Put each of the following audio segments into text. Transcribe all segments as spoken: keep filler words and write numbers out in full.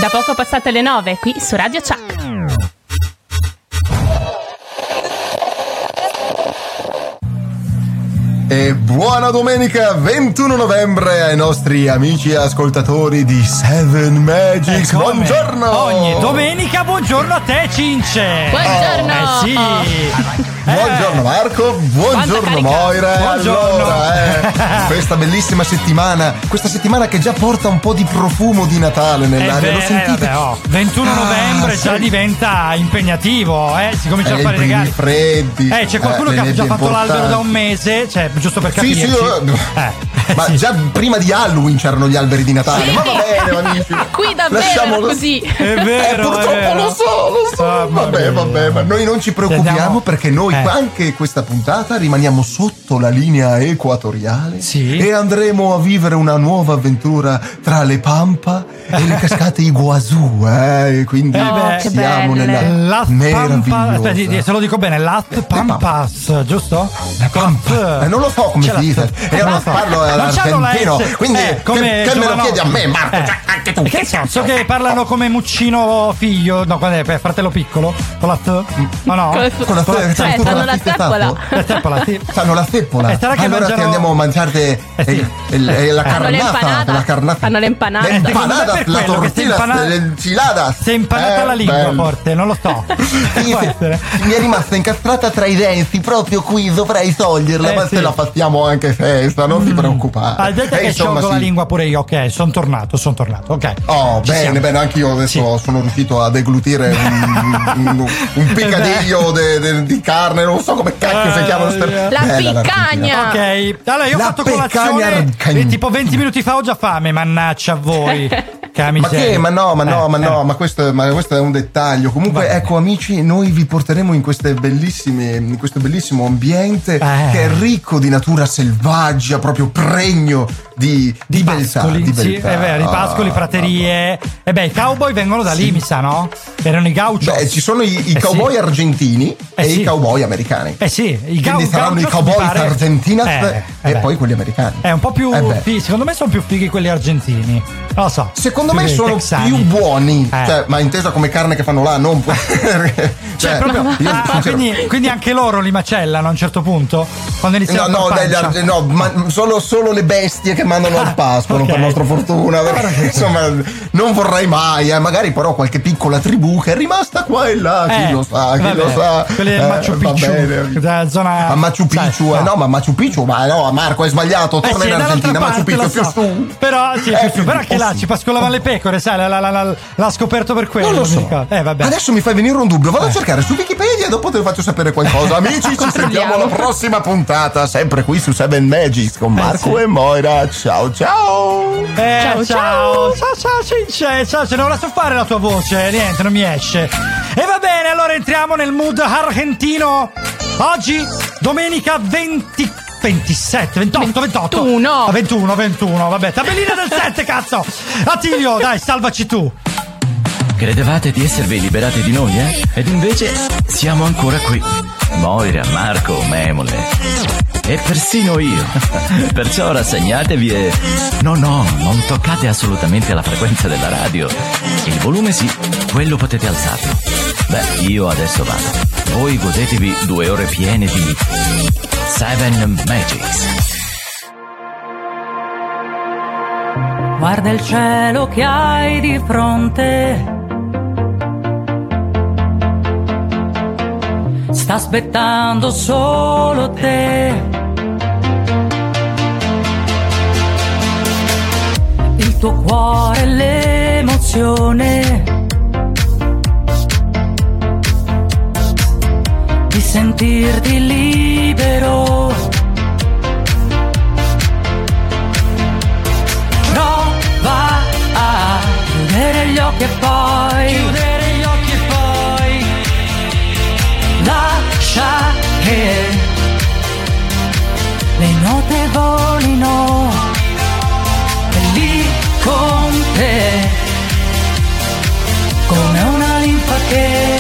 Da poco passate le nove, qui su Radio Chuck. E buona domenica ventuno novembre ai nostri amici ascoltatori di Seven Magics. Buongiorno! Ogni domenica buongiorno a te, Cince! Buongiorno! Eh sì! Buongiorno Marco, buongiorno Moira. Buongiorno. Allora, eh, questa bellissima settimana, questa settimana che già porta un po' di profumo di Natale nell'aria, eh lo beh, sentite? Eh, vabbè, oh. ventuno Ah, novembre sì. già diventa impegnativo, eh? Si comincia Eh, a fare i primi regali. freddi. Eh, c'è qualcuno eh, che ha le già nebbie fatto l'albero da un importanti. mese, cioè, giusto per Sì, capirci. sì, io- Eh, ma sì. già prima di Halloween c'erano gli alberi di Natale. Sì. Ma va bene, amici. Qui davvero Lasciamolo- così. È Eh, vero, è purtroppo vero. lo so, lo so. Ah, vabbè, mia. vabbè, ma noi non ci preoccupiamo Andiamo- perché noi Eh. anche questa puntata rimaniamo sotto la linea equatoriale Sì. e andremo a vivere una nuova avventura tra le Pampa e le cascate Iguazú, eh? Quindi Eh beh, che siamo belle. nella Las Pampas, meravigliosa aspetta, di- di- se lo dico bene, Las Pampas, giusto? La Pampa. Eh, non lo so come C'è si dice. la- E non io lo so. parlo Non c'hanno la all'argentino. S. Quindi Eh, che, come che me lo Giovanotto. chiedi a me, Marco? Eh. Cioè, anche tu. Che senso che parlano come Muccino figlio? No, qual è? Per fratello piccolo? Con la T? O no? Con la- Con la Con la- te- Eh, sai tu sanno con la fiste trappola. fatto? La trappola, sì. Sanno la steppola. Eh, sarà che allora mangiano- ti andiamo a mangiarti Eh, sì. il- il- il- la Fanno carnata. l'empanata. La carnata. Fanno l'empanata. Le Eh, secondo me empanadas, per la quello che sei tortilla, impana- le enchiladas. Si è impanata Eh, la lingua, bello. forte, non lo so. Sì, Può sì, essere. mi è rimasta incastrata tra i denti, proprio qui dovrei toglierla, Eh, ma sì. se la facciamo anche festa, non ti preoccupare. Ah, detto Eh, che insomma, sciolgo la sì. lingua pure io, ok, sono tornato, sono tornato, ok. Oh, Ci bene, siamo. bene, anche io adesso sono riuscito a deglutire un, un, un picadiglio de- de- di carne, non so come cacchio si chiama. Eh, La Bella piccagna. Ok, allora io ho La fatto peccagna colazione arcagna. e tipo venti minuti fa ho già fame, mannaccia a voi. Che Ma miseria. che? Ma no, ma no, Eh, ma no, eh. ma questo, ma questo è un dettaglio. Comunque, Va. ecco, amici, noi vi porteremo in queste bellissime, in questo bellissimo ambiente Eh. che è ricco di natura selvaggia, proprio pregno di, di, Di beltà. pascoli, Di sì, beltà. è vero, i pascoli, Ah, praterie. E beh, i cowboy vengono da lì, mi sa, no? Erano i gauchos. Beh, ci sono i, i Eh, cowboy sì. argentini Eh, e sì. i cowboy americani. Eh sì, i gau- Quindi saranno i gauchos cowboy mi pare- argentinas Eh, eh e beh. poi quelli americani. È un po' più Eh beh. fighi, secondo me sono più fighi quelli argentini. Non lo so. Secondo Più me dei sono texani. più buoni, Eh. cioè, ma intesa come carne che fanno là, non può. Cioè, proprio, io, ah, sincero- quindi, quindi anche loro li macellano a un certo punto? Quando No, iniziano no, a far dai, pancia? dai, no, ma solo, solo le bestie che mandano al pascolo, ok. per nostra fortuna. Perché, insomma, non vorrei mai, eh, magari però qualche piccola tribù che è rimasta qua e là, chi Eh, lo sa, chi vabbè, lo sa. quelli del Eh, Machu va Picchu, bene. della zona- A Machu sai, Picchu, eh, no. no, ma Machu Picchu, ma no, Marco, hai sbagliato, Eh torna sì, in dall'altra Argentina, Machu parte, Picchu lo è più so. su. Però, sì, è Eh, più su. Però anche più là su. ci pascolavano le pecore, sai, la- la- la- la- l'ha scoperto per quello. Non lo mi so. ricordo. Eh, vabbè. Adesso mi fai venire un dubbio. Vado a cercare su Wikipedia e dopo te lo faccio sapere qualcosa. Amici, ci sentiamo alla prossima puntata, sempre qui su Seven Magics con Marco sì. e Moira. Ciao ciao. Eh, Ciao, ciao, ciao. ciao, ciao, Cince, ciao, se non la so fare la tua voce, niente, non mi esce. E va bene, allora entriamo nel mood argentino. Oggi, domenica venti, ventisette, ventotto, ventotto. ventuno. Ah, ventuno, ventuno, vabbè, tabellina del sette, cazzo. Attilio, dai, salvaci tu. Credevate di esservi liberati di noi, eh? Ed invece siamo ancora qui. Moira, Marco, Memole. E persino io. Perciò rassegnatevi e... No, no, non toccate assolutamente la frequenza della radio. Il volume sì, quello potete alzarlo. Beh, io adesso vado. Voi godetevi due ore piene di... Seven Magics. Guarda il cielo che hai di fronte. Sta aspettando solo te. Il tuo cuore, l'emozione di sentirti libero. Prova a chiudere gli occhi e poi Chiudere gli occhi e poi... lascia che le note volino e lì con te come una linfa che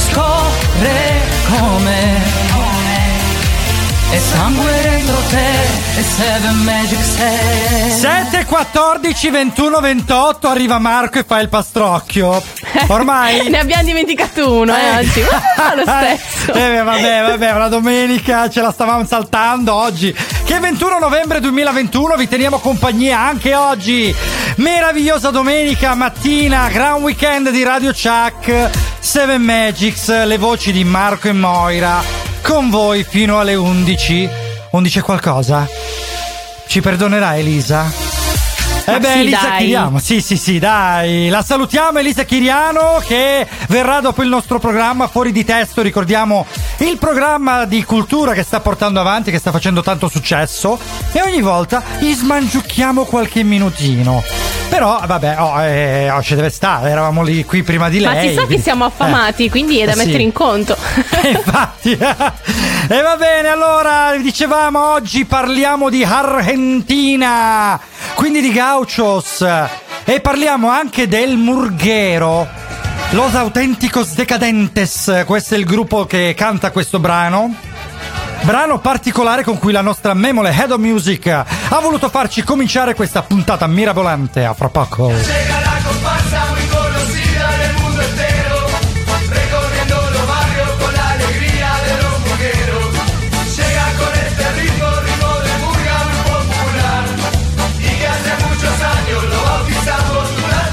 scorre come e sangue dentro te. e Seven Magic sei. sette, quattordici, ventuno, ventotto arriva Marco e fa il pastrocchio. Ormai ne abbiamo dimenticato uno eh, oggi. Ma lo stesso. Eh, vabbè, vabbè, una domenica ce la stavamo saltando oggi. Che ventuno novembre duemilaventuno, vi teniamo compagnia anche oggi. Meravigliosa domenica mattina, gran weekend di Radio Chuck, Seven Magics, le voci di Marco e Moira, con voi fino alle undici. undici e qualcosa? Ci perdonerà Elisa? Eh beh, sì, Elisa dai. Chiriano, sì sì sì dai, la salutiamo Elisa Chiriano che verrà dopo il nostro programma Fuori di Testo, ricordiamo il programma di cultura che sta portando avanti, che sta facendo tanto successo e ogni volta gli smangiucchiamo qualche minutino. Però vabbè, oh, eh, oh, ci deve stare, eravamo lì qui prima di lei. Ma si sa che siamo affamati, eh. quindi è da Eh, mettere sì. in conto. Infatti. E va bene, allora dicevamo oggi parliamo di Argentina, quindi di gauchos, e parliamo anche del murguero, Los Auténticos Decadentes. Questo è il gruppo che canta questo brano. Brano particolare con cui la nostra memole Head of Music ha voluto farci cominciare questa puntata mirabolante. A fra poco. Llega la comparsa muy conocida del mundo entero, recorriendo los barrios con la alegría de los murgueros. Llega con este ritmo, ritmo de murga muy popular, y que hace muchos años lo bautizamos Tuta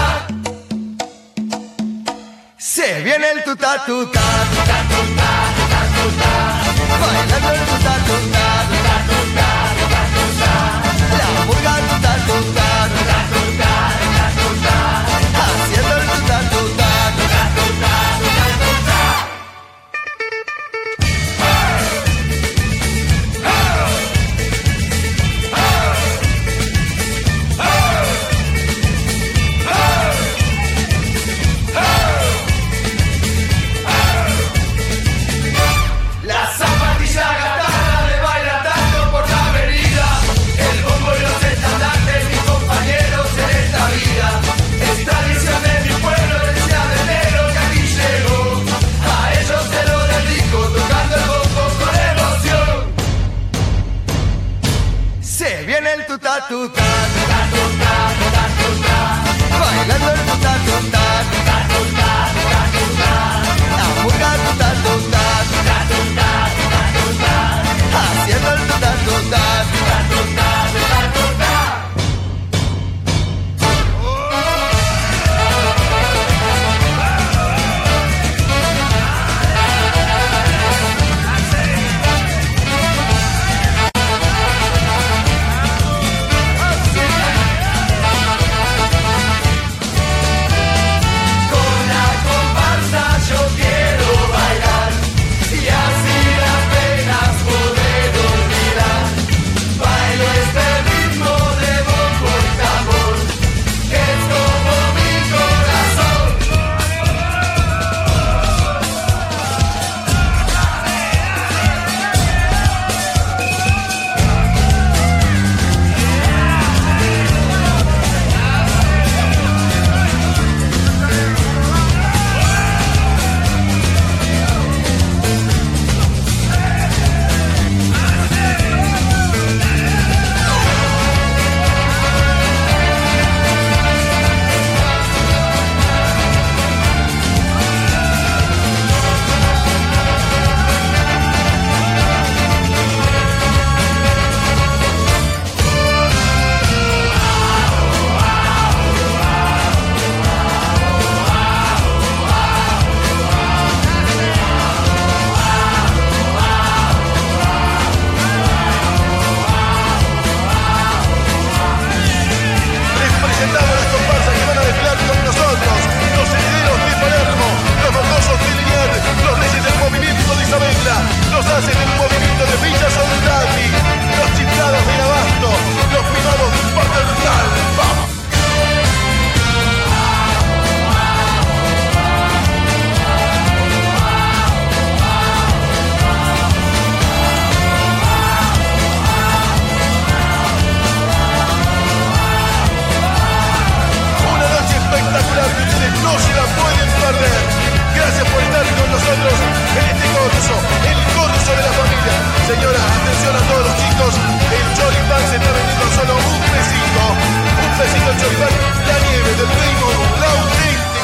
Tuta. Se viene el Tuta Tuta, Tuta Tuta, Tuta Tuta, bailando el Tuta Tuta, Tuta Tuta, Tuta Tuta, la murga Tuta Tuta, Tuta Tuta, Tuta Tuta, haciendo el Tuta Tuta, Tuta Tuta, Tuta Tuta. La zapatilla gatada le baila tanto por la avenida, el bombo y los estandartes, mis compañeros en esta vida. Es tradición de mi pueblo, decía de enero que aquí llegó. A ellos se lo dedico, tocando el bombo con emoción. Se viene el tuta tuta, tuta tuta, tuta tuta, bailando el tuta tuta, tuta tuta, tuta tuta, la murga tuta tuta, tuta tuta, tuta tuta, haciendo el tuta tuta, tuta tuta, tuta tuta. Así.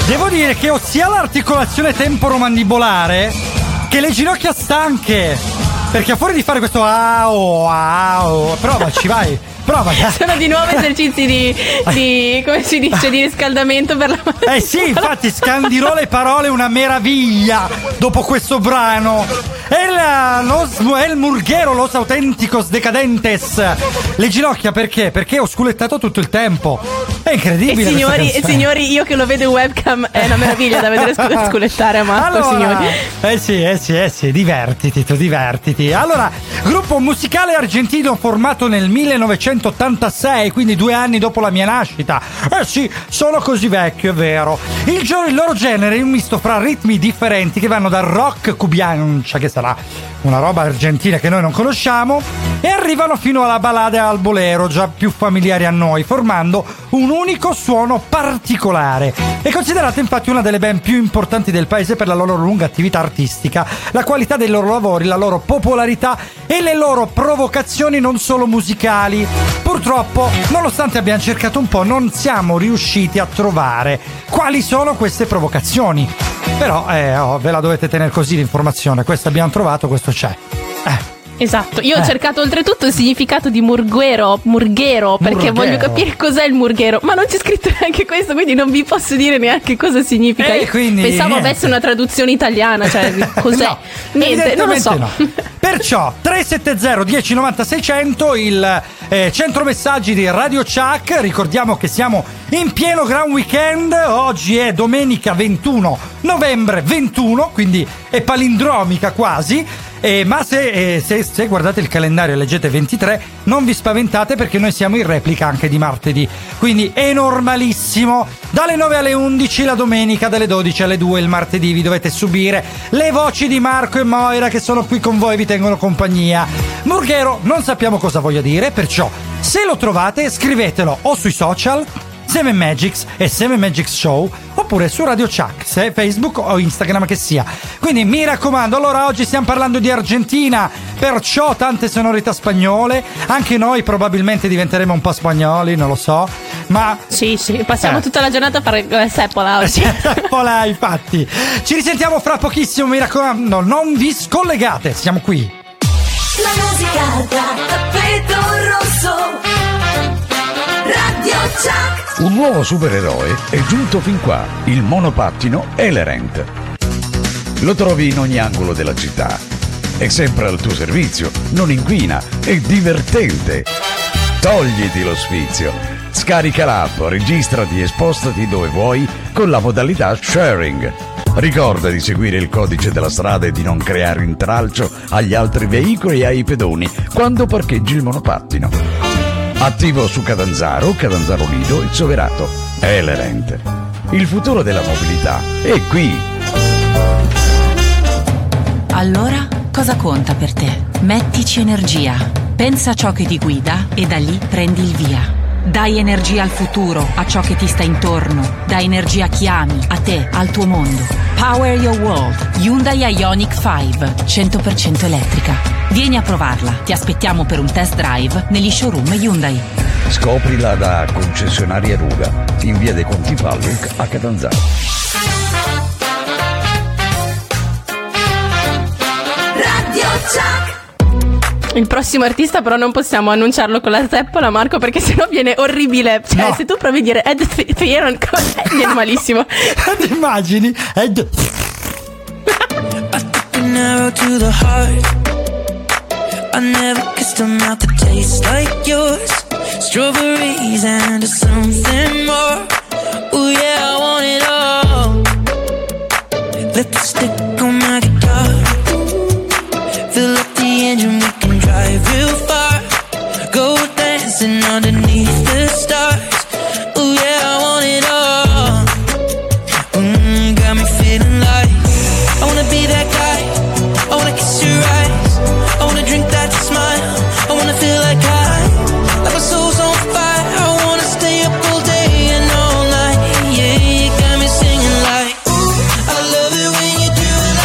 Devo dire che ho sia l'articolazione temporomandibolare che le ginocchia stanche. Perché a fuori di fare questo au au, provaci, vai. Prova. Sono di nuovo esercizi di, di come si dice, di riscaldamento per la mattina. Eh sì, infatti scandirò le parole una meraviglia dopo questo brano. El, los, el Murguero, los auténticos decadentes. Le ginocchia perché? Perché ho sculettato tutto il tempo. È incredibile. E signori, e signori, io che lo vedo in webcam è una meraviglia da vedere scu- sculettare a Marco, allora, signori. Eh sì, eh sì, eh sì, divertiti, tu divertiti. Allora, gruppo musicale argentino formato nel millenovecentottantasei, quindi due anni dopo la mia nascita. Eh sì, sono così vecchio, è vero. Il, gio- il loro genere è un misto fra ritmi differenti che vanno dal rock cubiano, cioè che sarà una roba argentina che noi non conosciamo, e arrivano fino alla ballada e al bolero, già più familiari a noi, formando un unico suono particolare. È considerata infatti una delle band più importanti del paese per la loro lunga attività artistica, la qualità dei loro lavori, la loro popolarità e le loro provocazioni non solo musicali. Purtroppo, nonostante abbiamo cercato un po', non siamo riusciti a trovare quali sono queste provocazioni. Però eh, oh, ve la dovete tenere così l'informazione. Questo abbiamo trovato, questo c'è. Eh. Esatto, io ho Eh. cercato oltretutto il significato di murguero, murghero, perché Murghero. voglio capire cos'è il murghero, ma non c'è scritto neanche questo, quindi non vi posso dire neanche cosa significa. Eh, Io quindi pensavo niente. avesse una traduzione italiana, cioè cos'è? No, Niente, non lo so. evidentemente no. Perciò tre sette zero uno zero nove sei zero zero il eh, centro messaggi di Radio Chuck. Ricordiamo che siamo in pieno Gran Weekend. Oggi è domenica ventuno novembre ventuno, quindi è palindromica quasi. Eh, ma se, eh, se, se guardate il calendario e leggete ventitré, non vi spaventate perché noi siamo in replica anche di martedì. Quindi è normalissimo. Dalle nove alle undici la domenica, dalle dodici alle due il martedì vi dovete subire le voci di Marco e Moira che sono qui con voi e vi tengono compagnia. Murghero non sappiamo cosa voglia dire, perciò se lo trovate scrivetelo o sui social Seven Magics e Seven Magics Show, oppure su Radio Chuck, se Facebook o Instagram che sia. Quindi mi raccomando, allora oggi stiamo parlando di Argentina, perciò tante sonorità spagnole. Anche noi probabilmente diventeremo un po' spagnoli, non lo so, ma Sì, sì, passiamo Eh. tutta la giornata a fare la seppola oggi. Voilà, infatti. Ci risentiamo fra pochissimo, mi raccomando, non vi scollegate, siamo qui. La musica da tappeto rosso. Radio Chuck. Un nuovo supereroe è giunto fin qua, il monopattino Elerent. Lo trovi in ogni angolo della città. È sempre al tuo servizio, non inquina, è divertente. Togliti lo sfizio. Scarica l'app, registrati e spostati dove vuoi con la modalità sharing. Ricorda di seguire il codice della strada e di non creare intralcio agli altri veicoli e ai pedoni quando parcheggi il monopattino. Attivo su Catanzaro, Catanzaro Lido e Soverato. Elerent. Il futuro della mobilità è qui. Allora, cosa conta per te? Mettici energia. Pensa a ciò che ti guida e da lì prendi il via. Dai energia al futuro, a ciò che ti sta intorno. Dai energia a chi ami, a te, al tuo mondo. Power your world. Hyundai Ioniq cinque, cento per cento elettrica. Vieni a provarla. Ti aspettiamo per un test drive negli showroom Hyundai. Scoprila da concessionaria Ruga, in via dei Conti Falluc a Catanzaro. Radio Chuck. Il prossimo artista però non possiamo annunciarlo con la seppola, Marco, perché sennò viene orribile. Cioè, No. se tu provi a dire Ed Sheeran, viene malissimo. Ti immagini? Ed... An arrow to the heart. I never kissed a mouth that tastes like yours. Strawberries and something more. Oh yeah, I want it all. Lipstick on my guitar. Fill up the engine, we can drive real far. Go dancing underneath the stars. Oh yeah, I want it all. Mm, got me feeling like I wanna be that guy. I wanna kiss your eyes. I wanna drink that smile. I wanna feel like I, like my soul's on fire. I wanna stay up all day and all night. Yeah, you got me singing like, ooh, I love it when you do it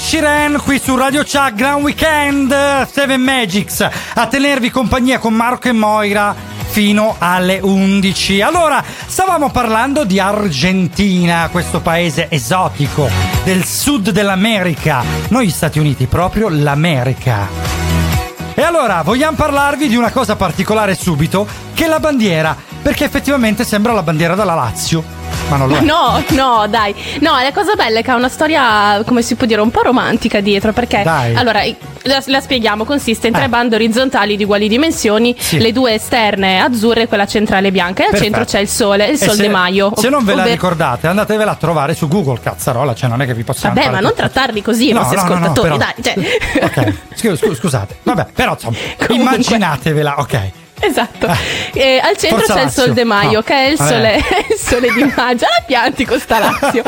Sheeran qui su Radio Chuck, Gran Weekend, Seven Magics a tenervi compagnia con Marco e Moira fino alle undici. Allora, stavamo parlando di Argentina, questo paese esotico del sud dell'America, noi Stati Uniti, proprio l'America. E allora, vogliamo parlarvi di una cosa particolare subito, che è la bandiera, perché effettivamente sembra la bandiera della Lazio. Ma non lo è. No, no, dai. No, la cosa bella è che ha una storia, come si può dire, un po' romantica dietro, perché Dai. allora la, la spieghiamo, consiste in tre Eh. bande orizzontali di uguali dimensioni, Sì. le due esterne azzurre e quella centrale bianca, e al Perfetto. centro c'è il sole, il E sol se- de Maio. Se non ve la ovvero- ricordate, andatevela a trovare su Google, cazzarola, cioè non è che vi possiamo Vabbè, fare ma non tutto. trattarli così i No, nostri no, no, no, ascoltatori, però- dai, cioè. Ok, scu- scu- scusate. Vabbè, però insomma, Comunque. immaginatevela, ok. Esatto. E al centro Forza c'è il Lazio. sol de Maio, No. che è il Vabbè. sole, il sole di maggio. La pianti con sta Lazio.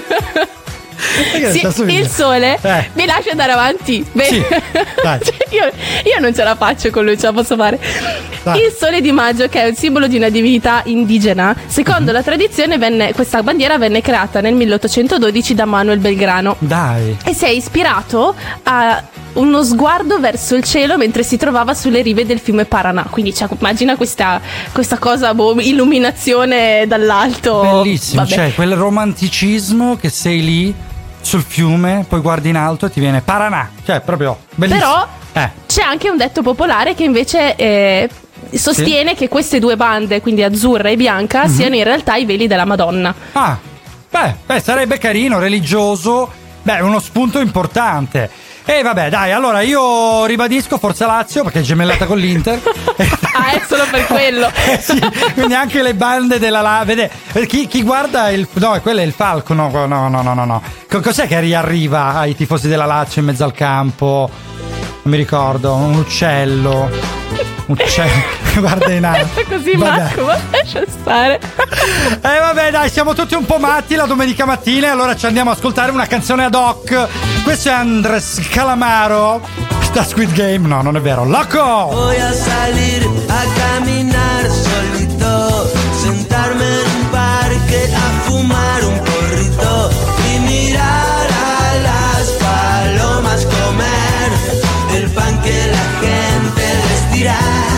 Perché Sì, sta su- il sole Eh. mi lascia andare avanti. Beh, Sì, dai. cioè, io, io non ce la faccio con lui, ce la posso fare. Dai. Il sole di maggio, che è il simbolo di una divinità indigena, secondo la tradizione venne, questa bandiera venne creata nel milleottocentododici da Manuel Belgrano Dai. e si è ispirato a uno sguardo verso il cielo mentre si trovava sulle rive del fiume Paraná. Quindi cioè, immagina questa, questa cosa, boh, illuminazione dall'alto. Bellissimo, Vabbè. cioè quel romanticismo che sei lì sul fiume, poi guardi in alto e ti viene Paraná, cioè proprio bellissimo. Però Eh. c'è anche un detto popolare che invece eh, sostiene che queste due bande, quindi azzurra e bianca, Mhm. siano in realtà i veli della Madonna. Ah, beh, beh, sarebbe carino, religioso, beh, uno spunto importante. E vabbè, dai, allora io ribadisco Forza Lazio perché è gemellata con l'Inter. Ah, è solo per quello. Eh sì, quindi anche le bande della la vede chi, chi guarda il no, quello è il falco, no, no, no, no, no, no. Co- Cos'è che riarriva ai tifosi della Lazio in mezzo al campo? Non mi ricordo, un uccello. Uccello, guarda in alto. Così Vabbè. Marco, ma lascia stare. Eh vabbè, dai, siamo tutti un po' matti la domenica mattina e allora ci andiamo ad ascoltare una canzone ad hoc. Questo è Andres Calamaro da Squid Game. No, non è vero. Loco! Voy a salir a caminar solito, sentarme en un parque a fumar un porrito y mirar a las palomas comer el pan que la gente les tira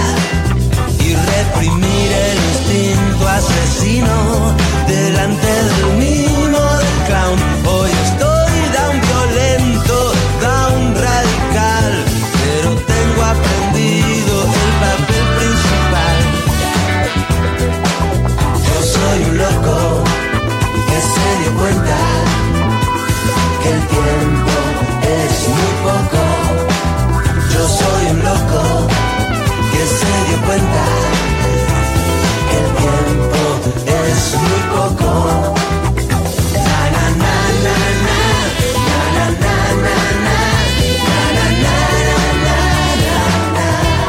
y reprimir el instinto asesino delante del mimo del clown. Hoy estoy da un violento, da un radical, pero tengo aprendido el papel principal. Yo soy un loco que se dio cuenta que el tiempo es muy poco. Yo soy un loco que se dio cuenta que el tiempo es muy poco. Na na na na na, na na na na na, na na na na na na,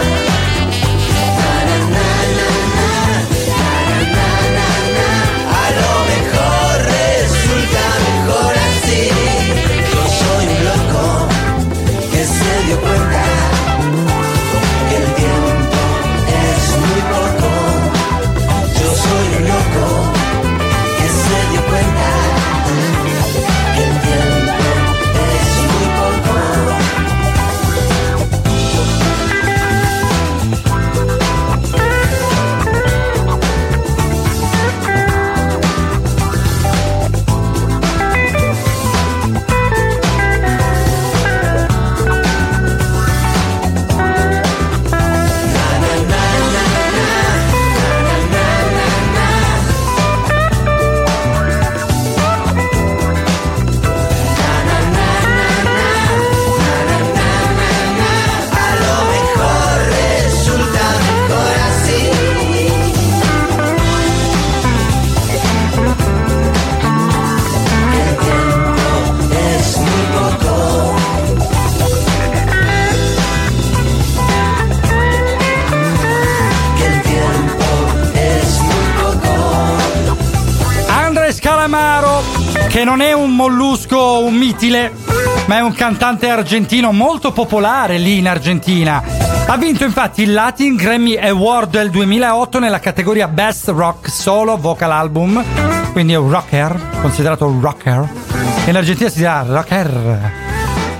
na na na na na, na na na. A lo mejor resulta mejor así. Yo soy un loco que se dio cuenta que el tiempo es muy poco. Yo soy un loco que se dio cuenta que el tiempo es muy poco. A lo mejor resulta mejor así. El tiempo es muy poco. Que el tiempo es muy poco. Andres Calamaro, che non è un mollusco, un mitile, ma è un cantante argentino molto popolare lì in Argentina. Ha vinto infatti il Latin Grammy Award del duemilaotto nella categoria Best Rock Solo Vocal Album, quindi è un rocker, considerato un rocker. In Argentina si dirà rocker.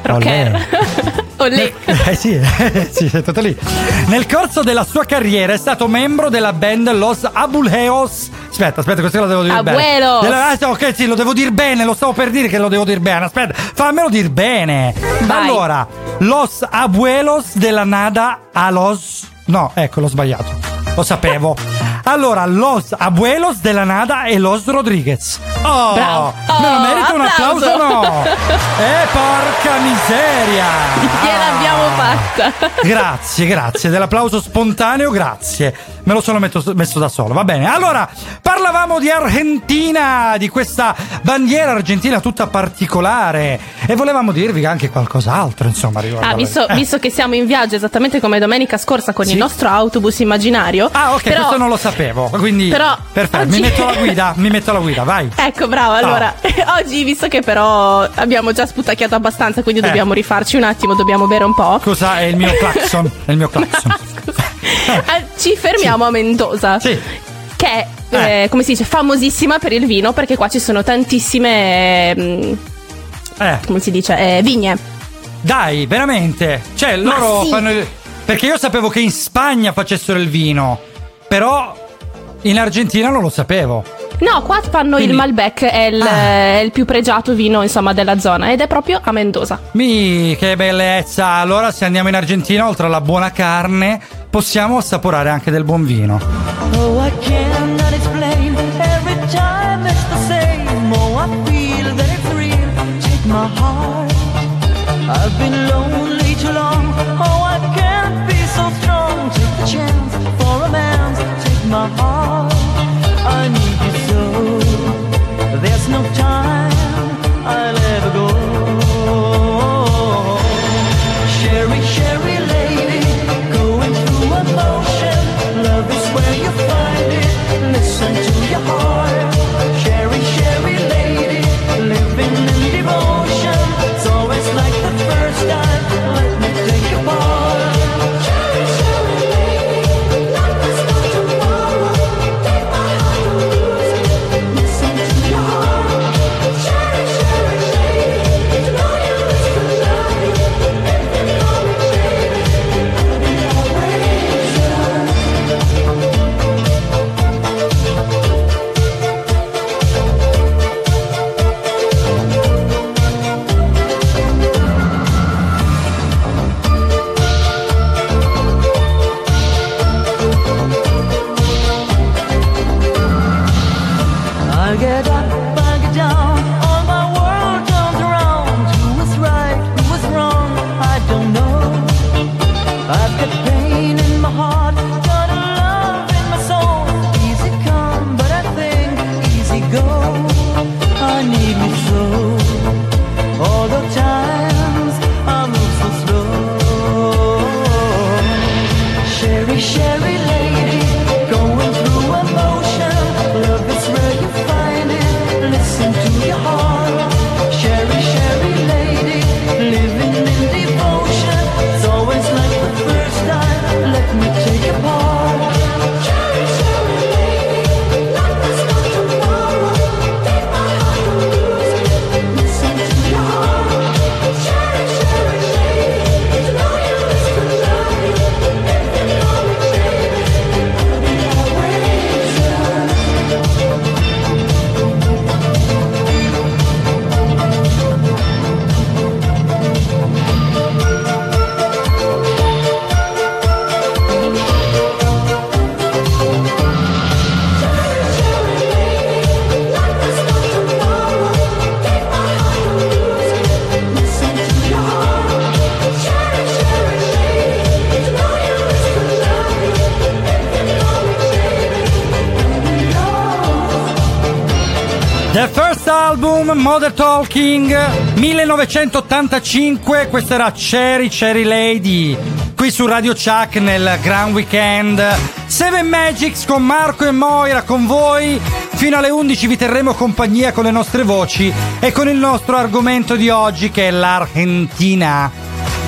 Rocker. Olè. Eh sì, eh, sì, è tutto lì. Nel corso della sua carriera è stato membro della band Los Abuelos. Aspetta, aspetta, questo lo devo dire Abuelos. bene. Della, ok, sì, lo devo dire bene, lo stavo per dire che lo devo dire bene. Aspetta, fammelo dire bene. Vai. Allora, Los Abuelos de la Nada a los... No, ecco, l'ho sbagliato. Lo sapevo. Allora, Los Abuelos de la Nada e Los Rodriguez. Oh, bravo. me lo Oh, merito un applauso o no? Eh, porca miseria. Gliel'abbiamo fatta. Grazie, grazie dell'applauso spontaneo, grazie. Me lo sono metto, messo da solo, va bene. Allora, parlavamo di Argentina, di questa bandiera argentina tutta particolare e volevamo dirvi anche qualcos'altro, insomma, riguardo. Ah, visto, eh. visto che siamo in viaggio esattamente come domenica scorsa con Sì. il nostro autobus immaginario. Ah, ok, però, questo non lo sapevo, quindi però perfetto, oggi- mi metto la guida, mi metto la guida, vai. Ecco, bravo. Allora, oggi, visto che però abbiamo già sputacchiato abbastanza, quindi Eh. dobbiamo rifarci un attimo, dobbiamo bere un po'. Scusa, è il mio clacson, è il mio clacson. Eh, Ci fermiamo a Mendoza. Sì. Che è, eh, come si dice, famosissima per il vino, perché qua ci sono tantissime, mm, Eh. come si dice, eh, vigne. Dai, veramente? Cioè, Ma loro sì. fanno il... Perché io sapevo che in Spagna facessero il vino, però in Argentina non lo sapevo. No, qua fanno Quindi- il Malbec, è il, Ah. è il più pregiato vino, insomma, della zona, ed è proprio a Mendoza. Mi, che bellezza! Allora, se andiamo in Argentina, oltre alla buona carne, possiamo assaporare anche del buon vino. Oh, I cannot explain. Every time it's the same. Oh, I feel that it's real. Take my heart. I've been lonely too long. Oh, I can't be so strong. Take the chance for romance. Take my heart. I need you so. There's no time I'll ever go. Sherry, Sherry lady, going through emotion. Love is where you find it. Listen to your heart. Sherry, Sherry lady, living in devotion. It's always like the first time. Let me take your part. Sherry, Sherry lady, like the stars tomorrow. Take my heart to lose it. Listen to your heart. Sherry, Sherry lady, to know you is to love you. If you know me, baby, I'll be always yours. I get up, I get down, all my world turns around. Who is right, who is wrong, I don't know. I've got pain in my heart, got a love in my soul. Easy come, but I think easy go. I need me so. All the times I move so slow. Sherry, Sherry lady, going through emotion. Love is where you find it. Listen to your heart. Sherry, Sherry lady, living in devotion. It's always like the first time. Let me take your part. Sherry, Sherry lady, like the stars tomorrow. Take my heart to lose it. Listen to your heart. Sherry, Sherry lady, to know you is to love you. If you know me, baby, I'll be always yours. The First Album, Mother Talking, millenovecentottantacinque, questa era Cherry Cherry Lady, qui su Radio Chuck nel Grand Weekend. Seven Magics con Marco e Moira con voi, fino alle undici vi terremo compagnia con le nostre voci e con il nostro argomento di oggi che è l'Argentina.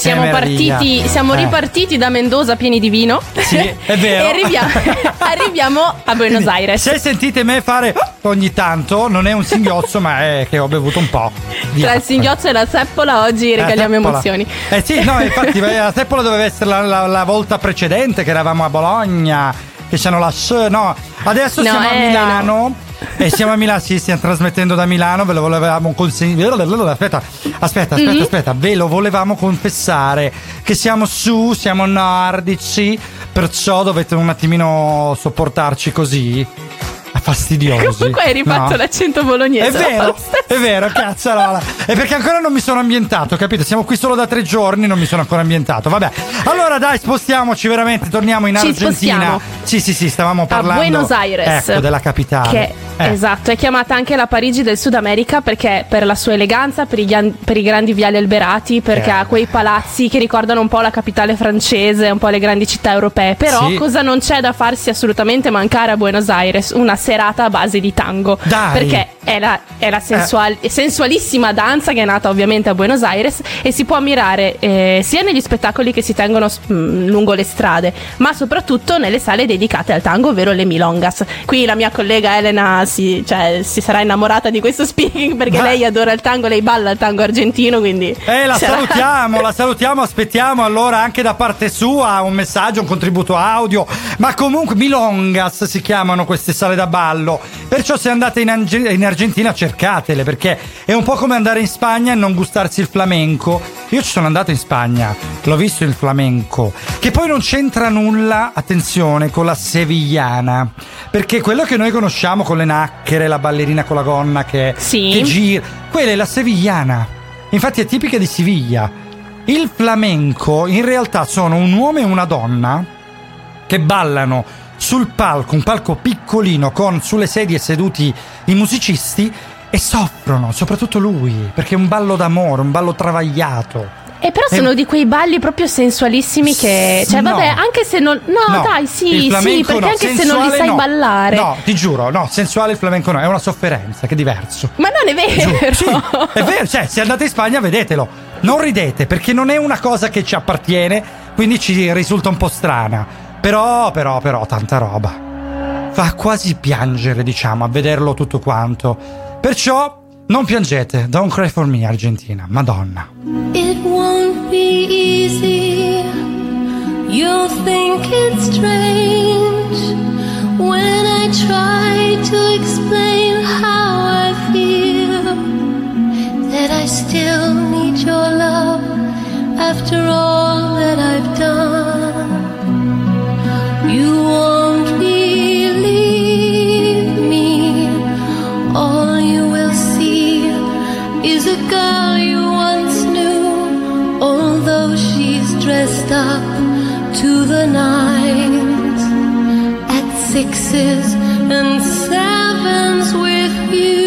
siamo meraviglia. partiti, siamo Eh. ripartiti da Mendoza pieni di vino. Sì, è vero. E arriviamo, arriviamo a Buenos Quindi, Aires. se sentite me fare ogni tanto, non è un singhiozzo, ma è che ho bevuto un po' di Tra il acqua. singhiozzo e la seppola oggi regaliamo Eh, seppola. emozioni. Eh sì, no, infatti la seppola doveva essere la, la- la volta precedente, che eravamo a Bologna, che c'hanno la S, no. Adesso No, siamo a eh, Milano. E siamo a Milano, sì, stiamo trasmettendo da Milano, ve lo volevamo consegnare. Aspetta, aspetta, aspetta, Mhm. aspetta, ve lo volevamo confessare che siamo su, siamo nordici, perciò dovete un attimino sopportarci così. Fastidiosi. Comunque hai rifatto No. l'accento bolognese. È vero, è vero, cazzarola. È perché ancora non mi sono ambientato, capito? Siamo qui solo da tre giorni, non mi sono ancora ambientato. Vabbè, allora dai, spostiamoci veramente, torniamo in Ci Argentina. spostiamo. Sì, sì, sì, stavamo parlando a Buenos Aires, ecco, della capitale. che Eh. esatto, è chiamata anche la Parigi del Sud America perché per la sua eleganza, per i, ghian- per i grandi viali alberati, perché Eh. ha quei palazzi che ricordano un po' la capitale francese, un po' le grandi città europee. Però Sì. cosa non c'è da farsi assolutamente mancare a Buenos Aires? Una serata a base di tango. Dai. Perché è la, è la sensual- sensualissima danza che è nata ovviamente a Buenos Aires e si può ammirare eh, sia negli spettacoli che si tengono mh, lungo le strade, ma soprattutto nelle sale dedicate al tango, ovvero le milongas. Qui la mia collega Elena si, cioè, si sarà innamorata di questo speaking perché Ma- lei adora il tango, lei balla il tango argentino, quindi Eh, la sarà- salutiamo, la salutiamo, aspettiamo allora anche da parte sua un messaggio, un contributo audio. Ma comunque milongas si chiamano queste sale da ballo. Perciò se andate in, Ange- in Argentina cercatele, perché è un po' come andare in Spagna e non gustarsi il flamenco. Io ci sono andato in Spagna, l'ho visto il flamenco, che poi non c'entra nulla, attenzione, con la sevillana. Perché quello che noi conosciamo con le nacchere, la ballerina con la gonna che, Sì. che gira, quella è la sevillana. Infatti è tipica di Siviglia. Il flamenco in realtà sono un uomo e una donna che ballano sul palco, un palco piccolino con sulle sedie seduti i musicisti e soffrono, soprattutto lui, perché è un ballo d'amore, un ballo travagliato. E però sono Eh, di quei balli proprio sensualissimi che, cioè No. vabbè, anche se non, no, No, dai, il sì, sì, flamenco perché no, anche se non li sensuale sai no. ballare. No, ti giuro, no, sensuale il flamenco no, è una sofferenza, che è diverso. Ma non è vero. Sì, è vero, cioè se andate in Spagna vedetelo, non ridete perché non è una cosa che ci appartiene, quindi ci risulta un po' strana, però, però, però, tanta roba, fa quasi piangere diciamo a vederlo tutto quanto, perciò non piangete, don't cry for me Argentina, Madonna. It won't be easy. You'll think it's strange when I try to explain how I feel. That I still need your love after all that I've done. You won't believe me. All you will see is a girl you once knew, although she's dressed up to the nines at sixes and sevens with you.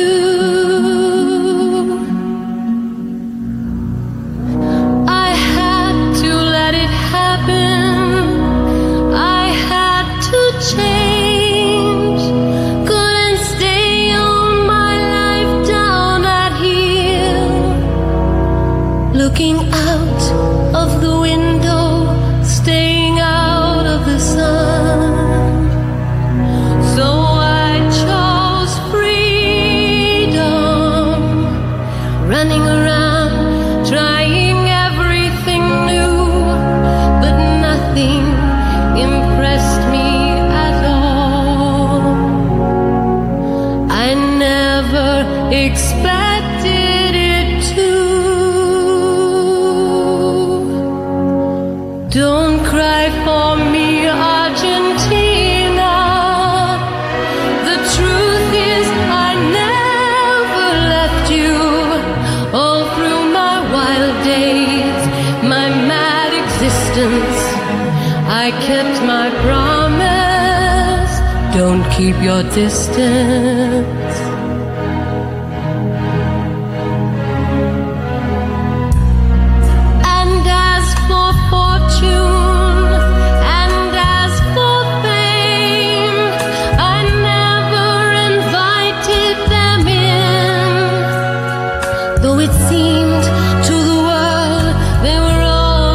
I had to let it happen. I had to change. Couldn't stay on my life down at here. Looking out of the window, staying out of the sun. So I chose freedom, running around, trying everything new, but nothing impressed me at all. I never expected it to. Don't cry for me, Argentina. The truth is I never left you. All through my wild days, my mad existence, I kept my promise. Don't keep your distance. And as for fortune, and as for fame, I never invited them in. Though it seemed to the world they were all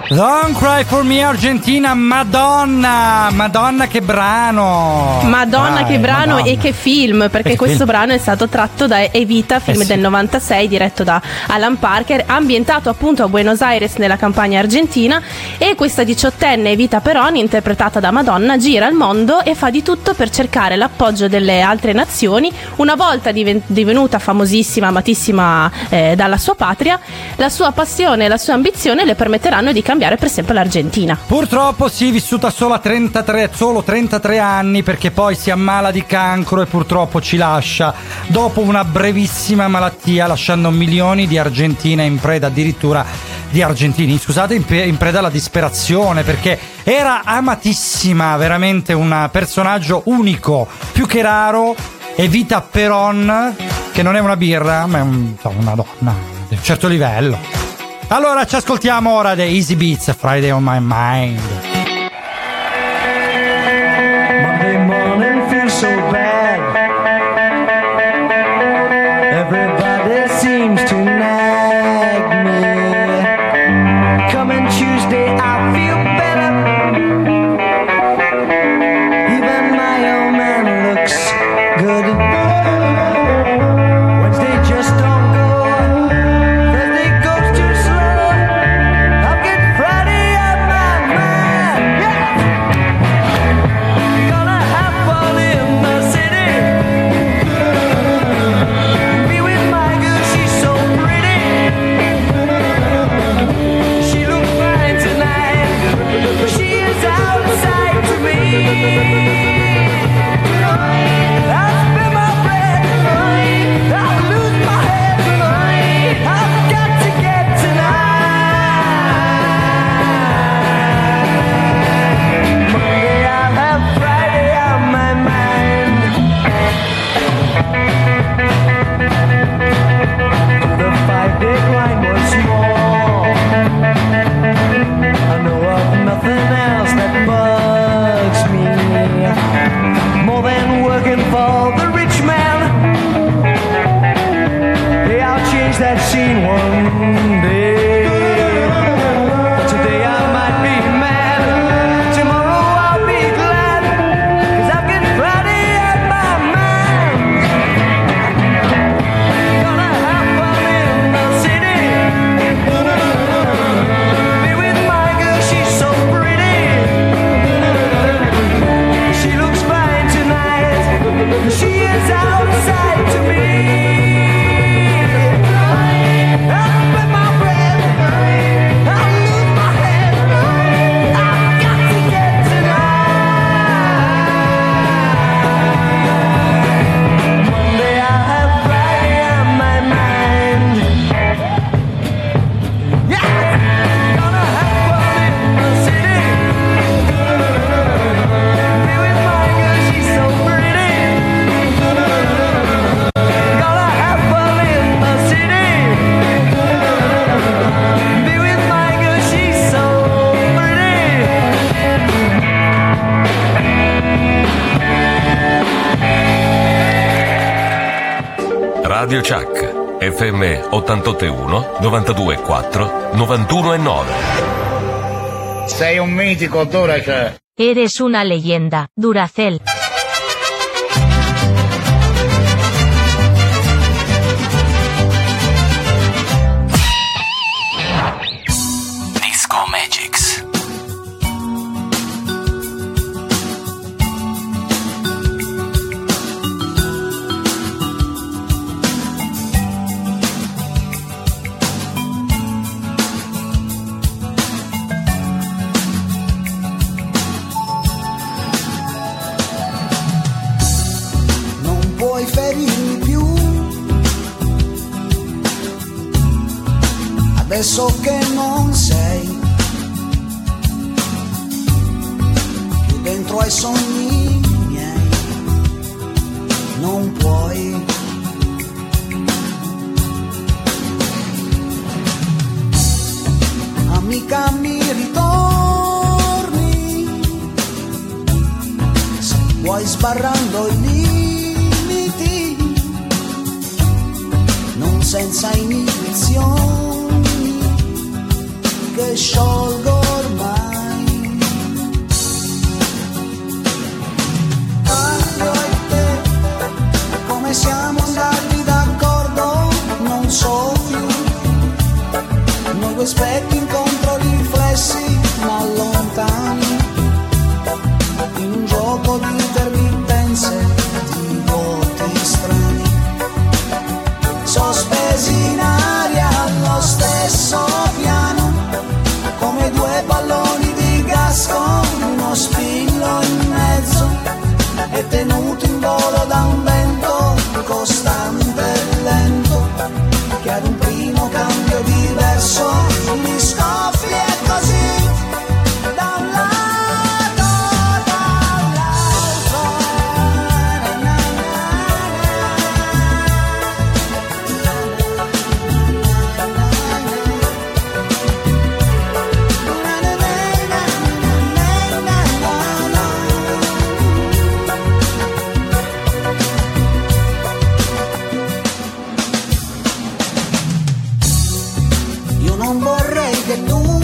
Don't Cry For Me Argentina, Madonna, Madonna che brano. Madonna Dai, che brano Madonna. e che film, perché E questo film. brano è stato tratto da Evita, film Eh sì. del novantasei diretto da Alan Parker, ambientato appunto a Buenos Aires nella campagna argentina, e questa diciottenne Evita Perón, interpretata da Madonna, gira il mondo e fa di tutto per cercare l'appoggio delle altre nazioni. Una volta diven- divenuta famosissima, amatissima eh, dalla sua patria, la sua passione e la sua ambizione le permetteranno di cambiare per sempre l'Argentina. Purtroppo sì, vissuta solo a trentatré, solo trentatré anni, perché poi si ammala di cancro e purtroppo ci lascia dopo una brevissima malattia, lasciando milioni di argentine in preda, addirittura di argentini, scusate, in, pe- in preda alla disperazione, perché era amatissima, veramente un personaggio unico, più che raro. Evita Perón, che non è una birra, ma è un- una donna di un certo livello. Allora ci ascoltiamo ora The Easy Beats, Friday on My Mind. Monday morning feels so bad. Everybody seems to nag me. Coming Tuesday, I feel better. Even my old man looks good. Wednesday just don't go. Thursday goes too slow. I'll get Friday on my mind. Yeah. Gonna have fun in the city. Be with my girl, she's so pretty. She looks fine tonight. She is outside to me. I'll spend my bread tonight. I'll lose my head tonight. I've got to get tonight. Monday I'll have Friday on my mind. The five-day grind was small. I know of nothing else that bugs me more than working for the rich man. Hey, I'll change that scene one day. Today I might be mad, tomorrow I'll be glad, 'cause I've got Friday on my mind. Gonna have fun in the city. Be with my girl, she's so pretty. She looks fine tonight. She is outside to me. I'll spend my bread tonight. I'll lose my head tonight. I've got to get tonight. Monday I'll have Friday on my mind. Yeah, gonna have fun in the city. Be with my girl, she's so pretty. Gonna have fun in the city. Be with my girl, she's so pretty. Radio Chuck, F M ottantotto e uno, novantadue e quattro, novantuno e nove. Sei un mitico, Durace. Eres una leyenda, Duracell. Disco Magics. Non puoi ferirmi più, adesso che non sei più dentro ai sogni miei, non puoi. Amica mi ritorni, se vuoi sbarrando i limiti, non senza inibizioni, che sciolgo due specchi incontro riflessi ma lontani, in un gioco di intermittenze, di vuoti strani, sospesi in aria allo stesso piano, come due palloni di gas con uno spillo in mezzo, e tenuto in volo da un vento costante e lento, che ad un primo cambio diverso mi scoffia e così da un lato dall'altro. Io non vorrei che tu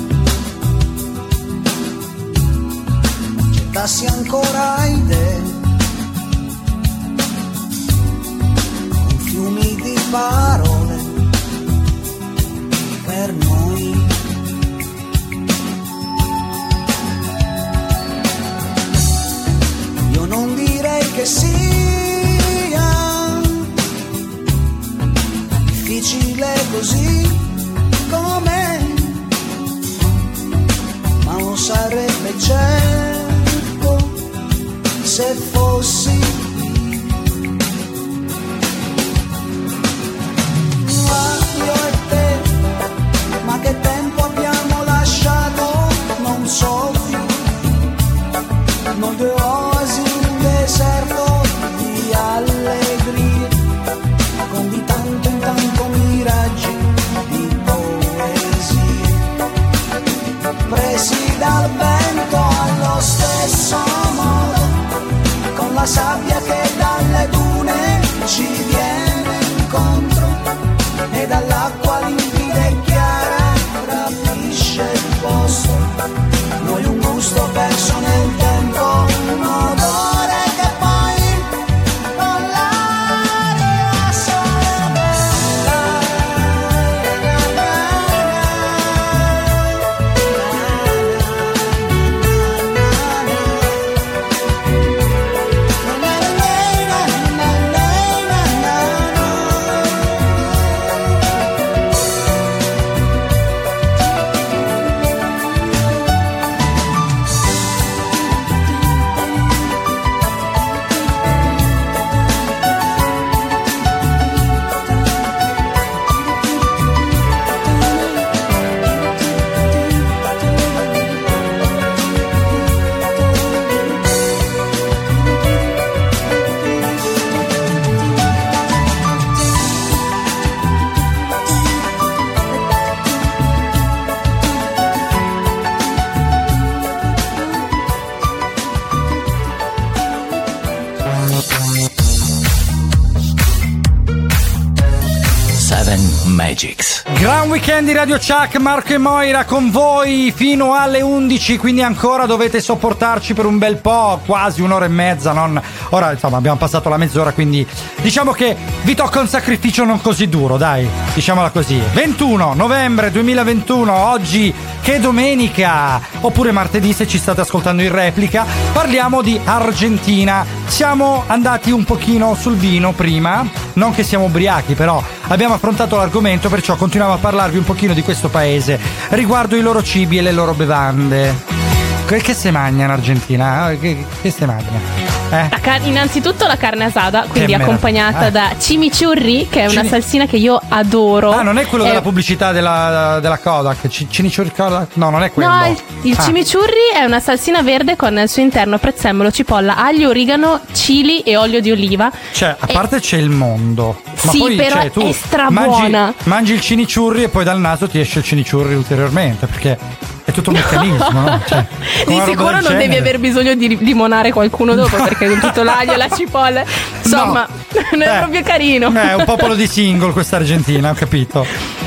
gettassi ancora idee con fiumi di parole per noi. Io non direi che sia difficile così com'è, ma non sarebbe certo se fossi ma io e te. Ma che tempo abbiamo lasciato, non so più, noi due oasi in un deserto di allegria, con di tanto in tanto miraggi di poesie, presi dal vento allo stesso modo, con la sabbia che dalle dune ci viene incontro, e dall'acqua limpida e chiara rapisce il posto, noi un gusto perso nel tempo, un odore che poi con l'aria sobera. Magics. Gran weekend di Radio Chuck, Marco e Moira con voi fino alle undici, quindi ancora dovete sopportarci per un bel po', quasi un'ora e mezza, non... Ora insomma abbiamo passato la mezz'ora, quindi diciamo che vi tocca un sacrificio non così duro, dai, diciamola così. ventuno novembre duemilaventuno, oggi che domenica, oppure martedì se ci state ascoltando in replica, parliamo di Argentina. Siamo andati un pochino sul vino prima, non che siamo ubriachi, però abbiamo affrontato l'argomento, perciò continuiamo a parlarvi un pochino di questo paese riguardo i loro cibi e le loro bevande. Che se mangia in Argentina? Che, che se mangia? Eh? La car- innanzitutto la carne asada, quindi Che accompagnata meraviglia. da chimichurri, che è una Cini- salsina che io adoro. Ah, non è quello È- della pubblicità della, della Kodak? C- Chimichurri Kodak? No, non è quello. No, il, il Ah. chimichurri è una salsina verde con al suo interno prezzemolo, cipolla, aglio, origano, chili e olio di oliva. Cioè, a parte c'è il mondo. Ma Sì, poi, però cioè, tu è strabuona. mangi, mangi il chimichurri e poi dal naso ti esce il chimichurri ulteriormente, perché è tutto un meccanismo, no? Cioè, Di una roba sicuro del non devi genere. aver bisogno di limonare qualcuno dopo, perché con tutto l'aglio e la cipolla, insomma, non è Eh. proprio carino. È un popolo di single questa Argentina, ho capito.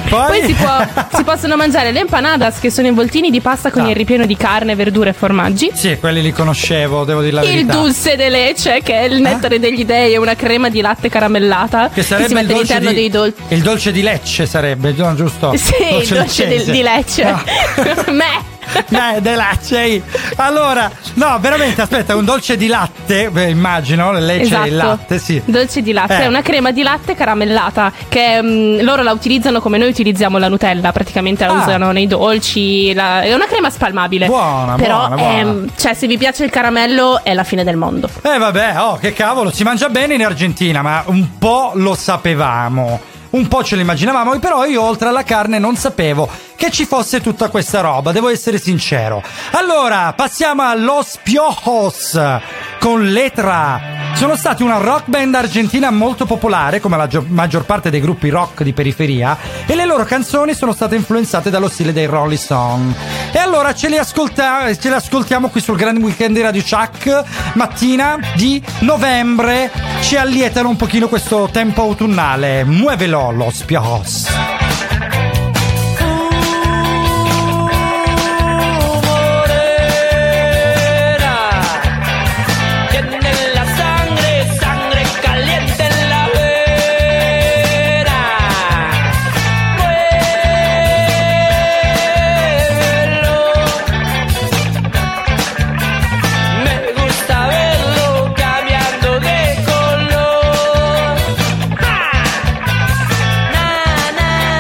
Poi, Poi si, può, si possono mangiare le empanadas, che sono involtini di pasta con No. il ripieno di carne, verdure e formaggi. Sì, quelli li conoscevo, devo dire la Il verità. dulce de leche, che è il nettare degli dei, è una crema di latte caramellata Che sarebbe si mette il dolce all'interno di, dei dolci. il dolce di Lecce sarebbe, no, giusto? Sì, il dolce leccese. di, di Lecce. No. Me. Eh, de Lecce. Allora, no, veramente, aspetta, un dolce di latte, beh, immagino, le Lecce Esatto. e il latte, sì. Dolce di latte, Eh. è una crema di latte caramellata che mm, loro la utilizzano come noi utilizziamo la Nutella, praticamente la Ah. usano nei dolci, la- è una crema spalmabile. Buona, Però buona, buona. ehm, cioè se vi piace il caramello è la fine del mondo. Eh vabbè, oh, che cavolo, si mangia bene in Argentina, ma un po' lo sapevamo. Un po' ce lo immaginavamo, però io oltre alla carne non sapevo che ci fosse tutta questa roba, devo essere sincero. Allora, passiamo a Los Piojos con Letra. Sono stati una rock band argentina molto popolare, come la gio- maggior parte dei gruppi rock di periferia, e le loro canzoni sono state influenzate dallo stile dei Rolling Stone. E allora ce li, ascolta- ce li ascoltiamo qui sul Grand Weekend di Radio Chuck, mattina di novembre. Ci allietano un pochino questo tempo autunnale. Muovelo, Los Piojos. Tiene la sangre, sangre caliente en la vera. Muévelo. Me gusta verlo cambiando de color. ¡Ja! Na, na,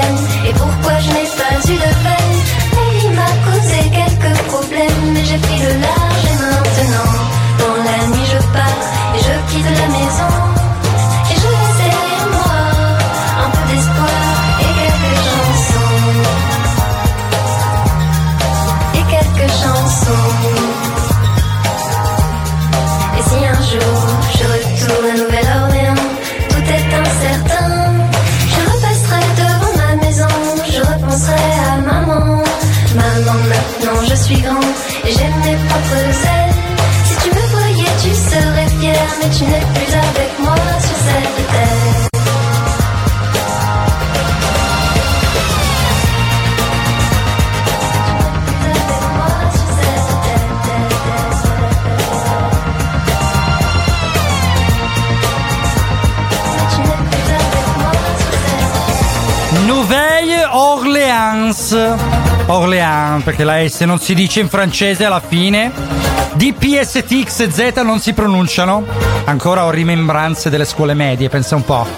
personne. Et pourquoi je n'ai pas eu de peine? La vie m'a causé quelques problèmes, mais j'ai pris le large et maintenant, dans la nuit je pars et je quitte la maison. Et je laisse derrière moi un peu d'espoir et quelques chansons. Et quelques chansons. Et si un jour je retourne à Nouvelle-Orléans, tout est incertain, je repasserai devant ma maison, je repenserai à maman. Maman, maintenant je suis grand et j'ai mes propres ailes. Si tu me voyais, tu serais fier, mais tu n'es plus avec moi sur cette terre. Nouvelle-Orléans. Orléans, perché la S non si dice in francese alla fine. D P S T X Z non si pronunciano. Ancora ho rimembranze delle scuole medie, pensa un po'.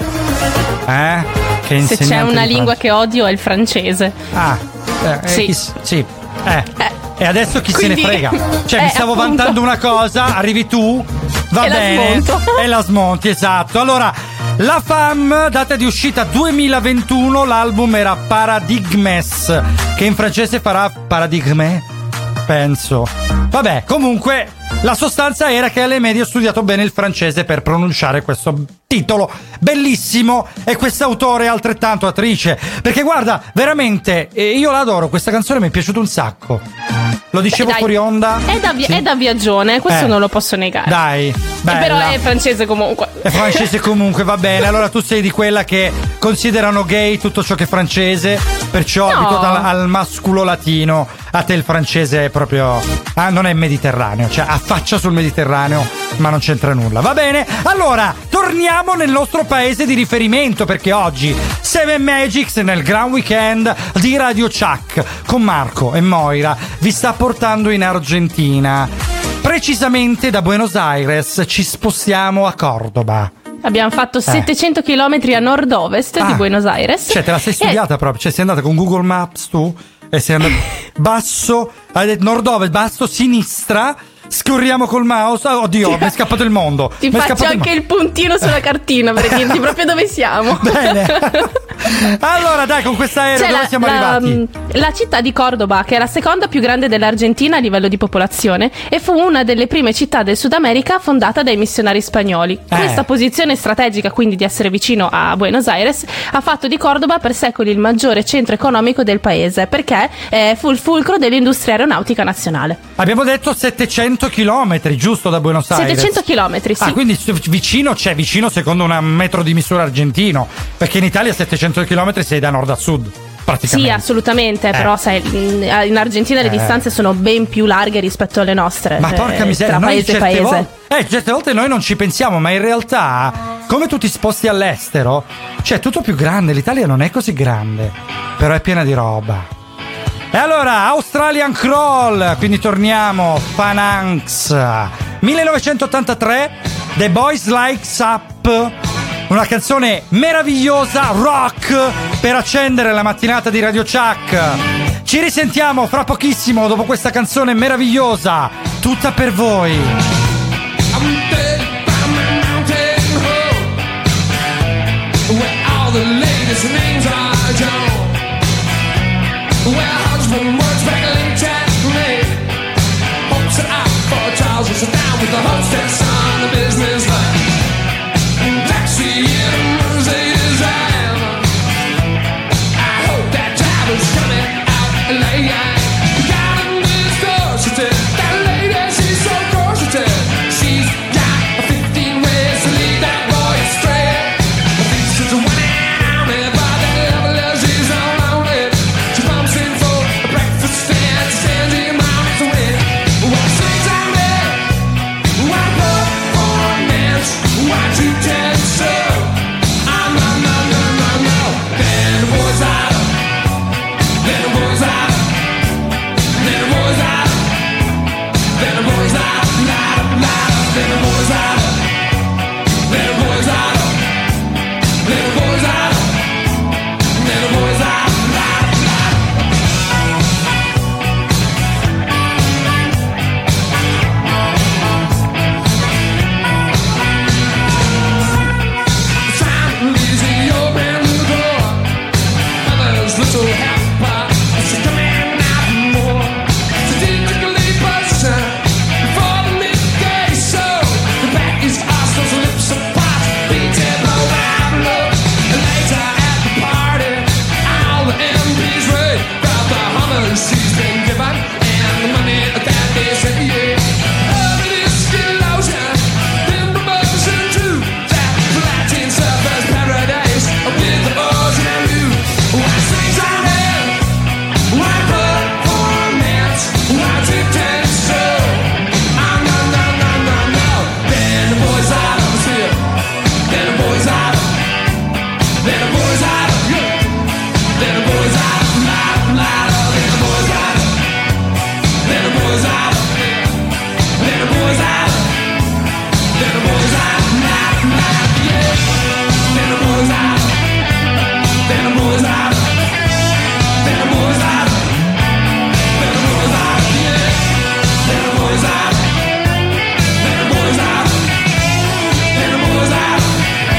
Eh? Che Se c'è una lingua che odio è il francese. Ah, eh, sì. Eh, chi, sì. Eh. Eh. E adesso chi Quindi, se ne frega? Cioè, eh, mi stavo appunto. vantando una cosa, arrivi tu, va E la bene. smonto. E la smonti, esatto. Allora, La Femme, data di uscita duemilaventuno, l'album era Paradigmes, che in francese farà Paradigme, penso. Vabbè, comunque, la sostanza era che alle medie ho studiato bene il francese per pronunciare questo titolo bellissimo, e quest'autore altrettanto attrice, perché guarda, veramente, eh, io l'adoro, questa canzone mi è piaciuta un sacco. Lo dicevo Beh, dai, fuori onda. È da, vi- Sì. è da viaggione, questo Eh. non lo posso negare. Dai, E bella. però è francese comunque. È francese comunque, va bene. Allora tu sei di quella che considerano gay tutto ciò che è francese, perciò No. abituata al, al masculo latino. A te il francese è proprio... Ah, non è mediterraneo, cioè affaccia sul Mediterraneo, ma non c'entra nulla. Va bene? Allora, torniamo nel nostro paese di riferimento, perché oggi Seven Magics nel Grand Weekend di Radio Chuck con Marco e Moira vi sta portando in Argentina. Precisamente da Buenos Aires ci spostiamo a Cordoba. Abbiamo fatto settecento chilometri a nord-ovest Ah. di Buenos Aires. Cioè, te la sei E- studiata proprio? Cioè, sei andata con Google Maps tu? E sei andata basso, hai detto nord-ovest, basso, sinistra. Scorriamo col mouse. Oh, oddio, mi è scappato il mondo. Ti Mi è faccio scappato il anche mo- il puntino sulla cartina per dirti proprio dove siamo. Bene. Allora, dai, con quest'aereo C'è dove la, siamo la, arrivati? la città di Cordoba, che è la seconda più grande dell'Argentina a livello di popolazione, e fu una delle prime città del Sud America fondata dai missionari spagnoli. Eh. Questa posizione strategica, quindi di essere vicino a Buenos Aires, ha fatto di Cordoba per secoli il maggiore centro economico del paese, perché eh, fu il fulcro dell'industria aeronautica nazionale. Abbiamo detto settecento chilometri, giusto, da Buenos Aires? settecento chilometri, sì. Ah, quindi vicino, c'è vicino secondo un metro di misura argentino, perché in Italia settecento chilometri sei da nord a sud, praticamente. Sì, assolutamente, Eh. però sai, mh, in Argentina le Eh. distanze sono ben più larghe rispetto alle nostre. Ma eh, porca miseria, tra noi paese e certe paese. volte, eh, certe volte noi non ci pensiamo, ma in realtà, come tu ti sposti all'estero, cioè è tutto più grande. L'Italia non è così grande, però è piena di roba. E allora, Australian Crawl, quindi torniamo, Phalanx, millenovecentottantatré, The Boys Likes Up, una canzone meravigliosa, rock, per accendere la mattinata di Radio Chuck. Ci risentiamo fra pochissimo dopo questa canzone meravigliosa, tutta per voi. Where all the latest names are drawn, where husband works back late at night, hopes are out for Charles and sit down with the hostess on the business line. Taxi in Mercedes Island, I hope that driver's coming out late. Got him distorted, that lady, she's so corseted. She's got fifteen ways to lead that boy astray. She's a winning army, but that level she's so lonely. She bumps in for a breakfast stand, she sends him on his way. What sings on there? What put for a man? so happy. It's just a man, not more. Strategically positioned before the midday show. The back is us, those lips apart. Beating low and low. And later at the party, all the M Ps read about the Hummers she's been given and the money that they say, yeah. Over this illusion, been promotion to that Latin surfer's paradise with the ocean and you. Why strings are red? Why performance? Why tip-ten show? Oh, no, no, no, no, no. Then the boys out of the ship. Then the boys out of. Then the boys out of. Then the boys out of. Loud, loud. Then the boys out of. Then the boys out of. Then the boys out of. Then the boys out of. Loud, loud, yeah. Then the boys out of. Then the boys out of. Then the boys out of. Then the boys out of, yeah. Then the boys out of. Then the boys out of. Then the boys out of.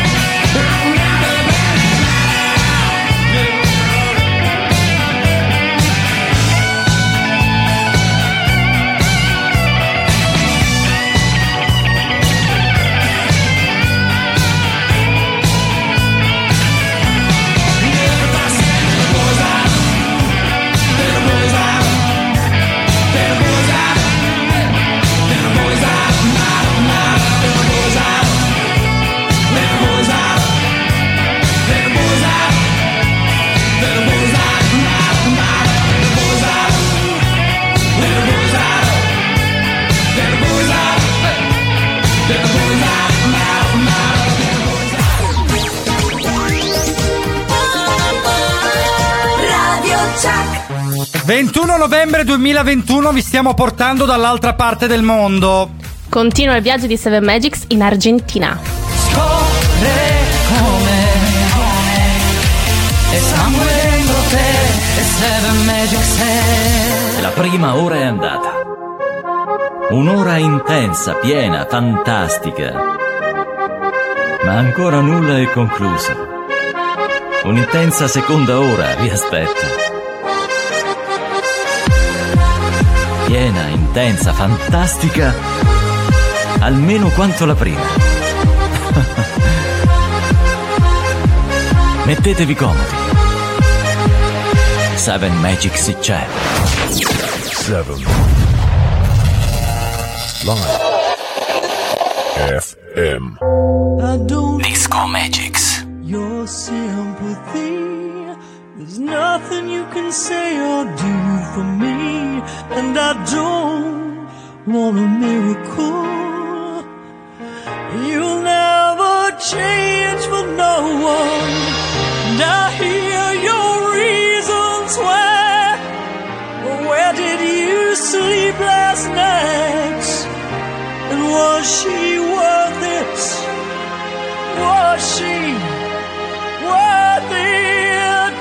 Radio Chuck. ventuno novembre duemilaventuno vi stiamo portando dall'altra parte del mondo. Continua il viaggio di Seven Magics in Argentina. Scopre come e sangue dentro te e Seven Magics è. La prima ora è andata. Un'ora intensa, piena, fantastica. Ma ancora nulla è concluso. Un'intensa seconda ora vi aspetta. Piena, intensa, fantastica, almeno quanto la prima. Mettetevi comodi. Seven Magics c'è. Seven Live F M Disco Magics. Your sympathy, there's nothing you can say or do for me, and I don't want a miracle. You'll never change for no one, and I hear your reasons why. But where did you sleep last night? And was she worth it? Was she worth it?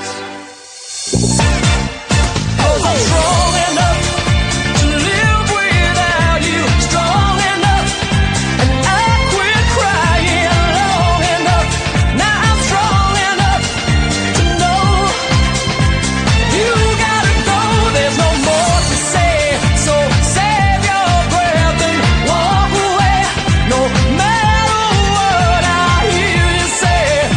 'Cause I'm strong enough to live without you, strong enough, and I quit crying long enough. Now I'm strong enough to know you gotta go, there's no more to say. So save your breath and walk away, no matter what I hear you say.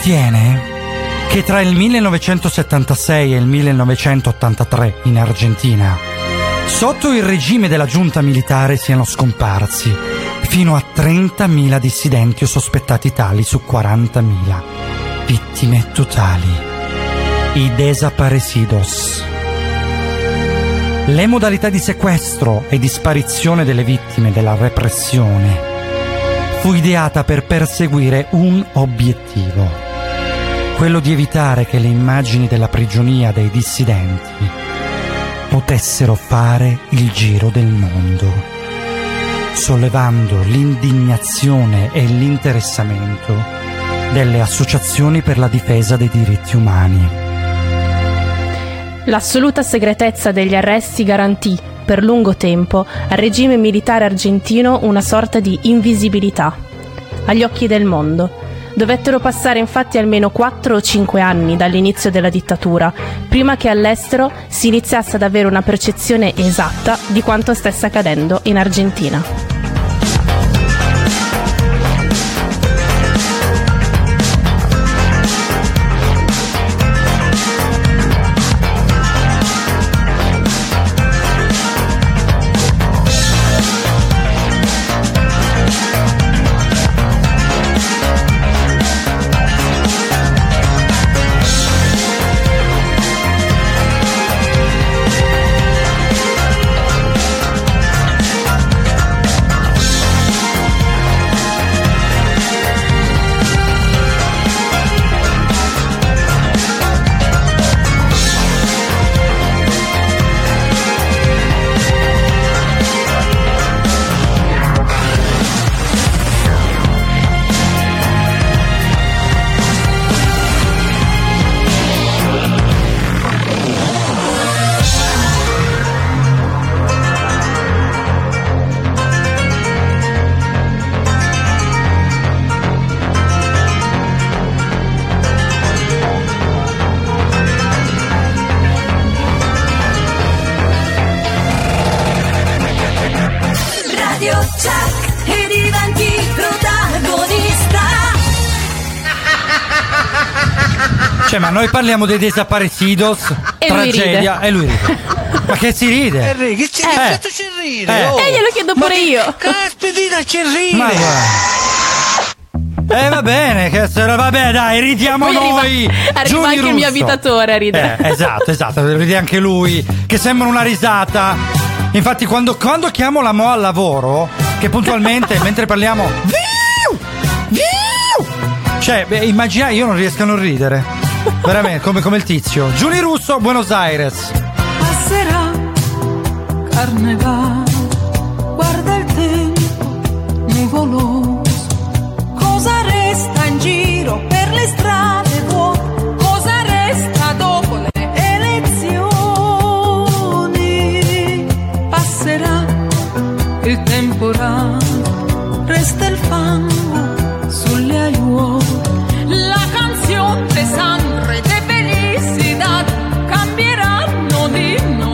sostiene che tra il millenovecentosettantasei e il millenovecentottantatré in Argentina, sotto il regime della giunta militare, siano scomparsi fino a trentamila dissidenti o sospettati tali su quarantamila vittime totali. I desaparecidos. Le modalità di sequestro e di sparizione delle vittime della repressione fu ideata per perseguire un obiettivo, quello di evitare che le immagini della prigionia dei dissidenti potessero fare il giro del mondo, sollevando l'indignazione e l'interessamento delle associazioni per la difesa dei diritti umani. L'assoluta segretezza degli arresti garantì, per lungo tempo, al regime militare argentino una sorta di invisibilità agli occhi del mondo. Dovettero passare infatti almeno quattro o cinque anni dall'inizio della dittatura, prima che all'estero si iniziasse ad avere una percezione esatta di quanto stesse accadendo in Argentina. Cioè, ma noi parliamo dei desaparecidos, e lui tragedia, ride. e lui ride. Ma che si ride? Enrico, che c'è? Eh. Che c'è ride? Eh. Oh. E glielo chiedo pure Ma che io. Caspita, c'è ride. Ma Eh va bene, che se- vabbè dai, ridiamo Poi arriva- noi. arriva Giuni anche il mio Russo. abitatore a ridere. Eh, esatto, esatto, ride anche lui, che sembra una risata. Infatti quando, quando chiamo la Mo al lavoro, che puntualmente mentre parliamo viu, viu, cioè beh, immagina, io non riesco a non ridere. Veramente, come, come il tizio. Giuni Russo, Buenos Aires. Passerà carnevale, guarda il tempo nuvoloso, cosa resta in giro per le strade vuote, cosa resta dopo le elezioni. Passerà il temporale, resta il fango sulle aiuole, la canzone de sangre de felicidad cambieranno di inno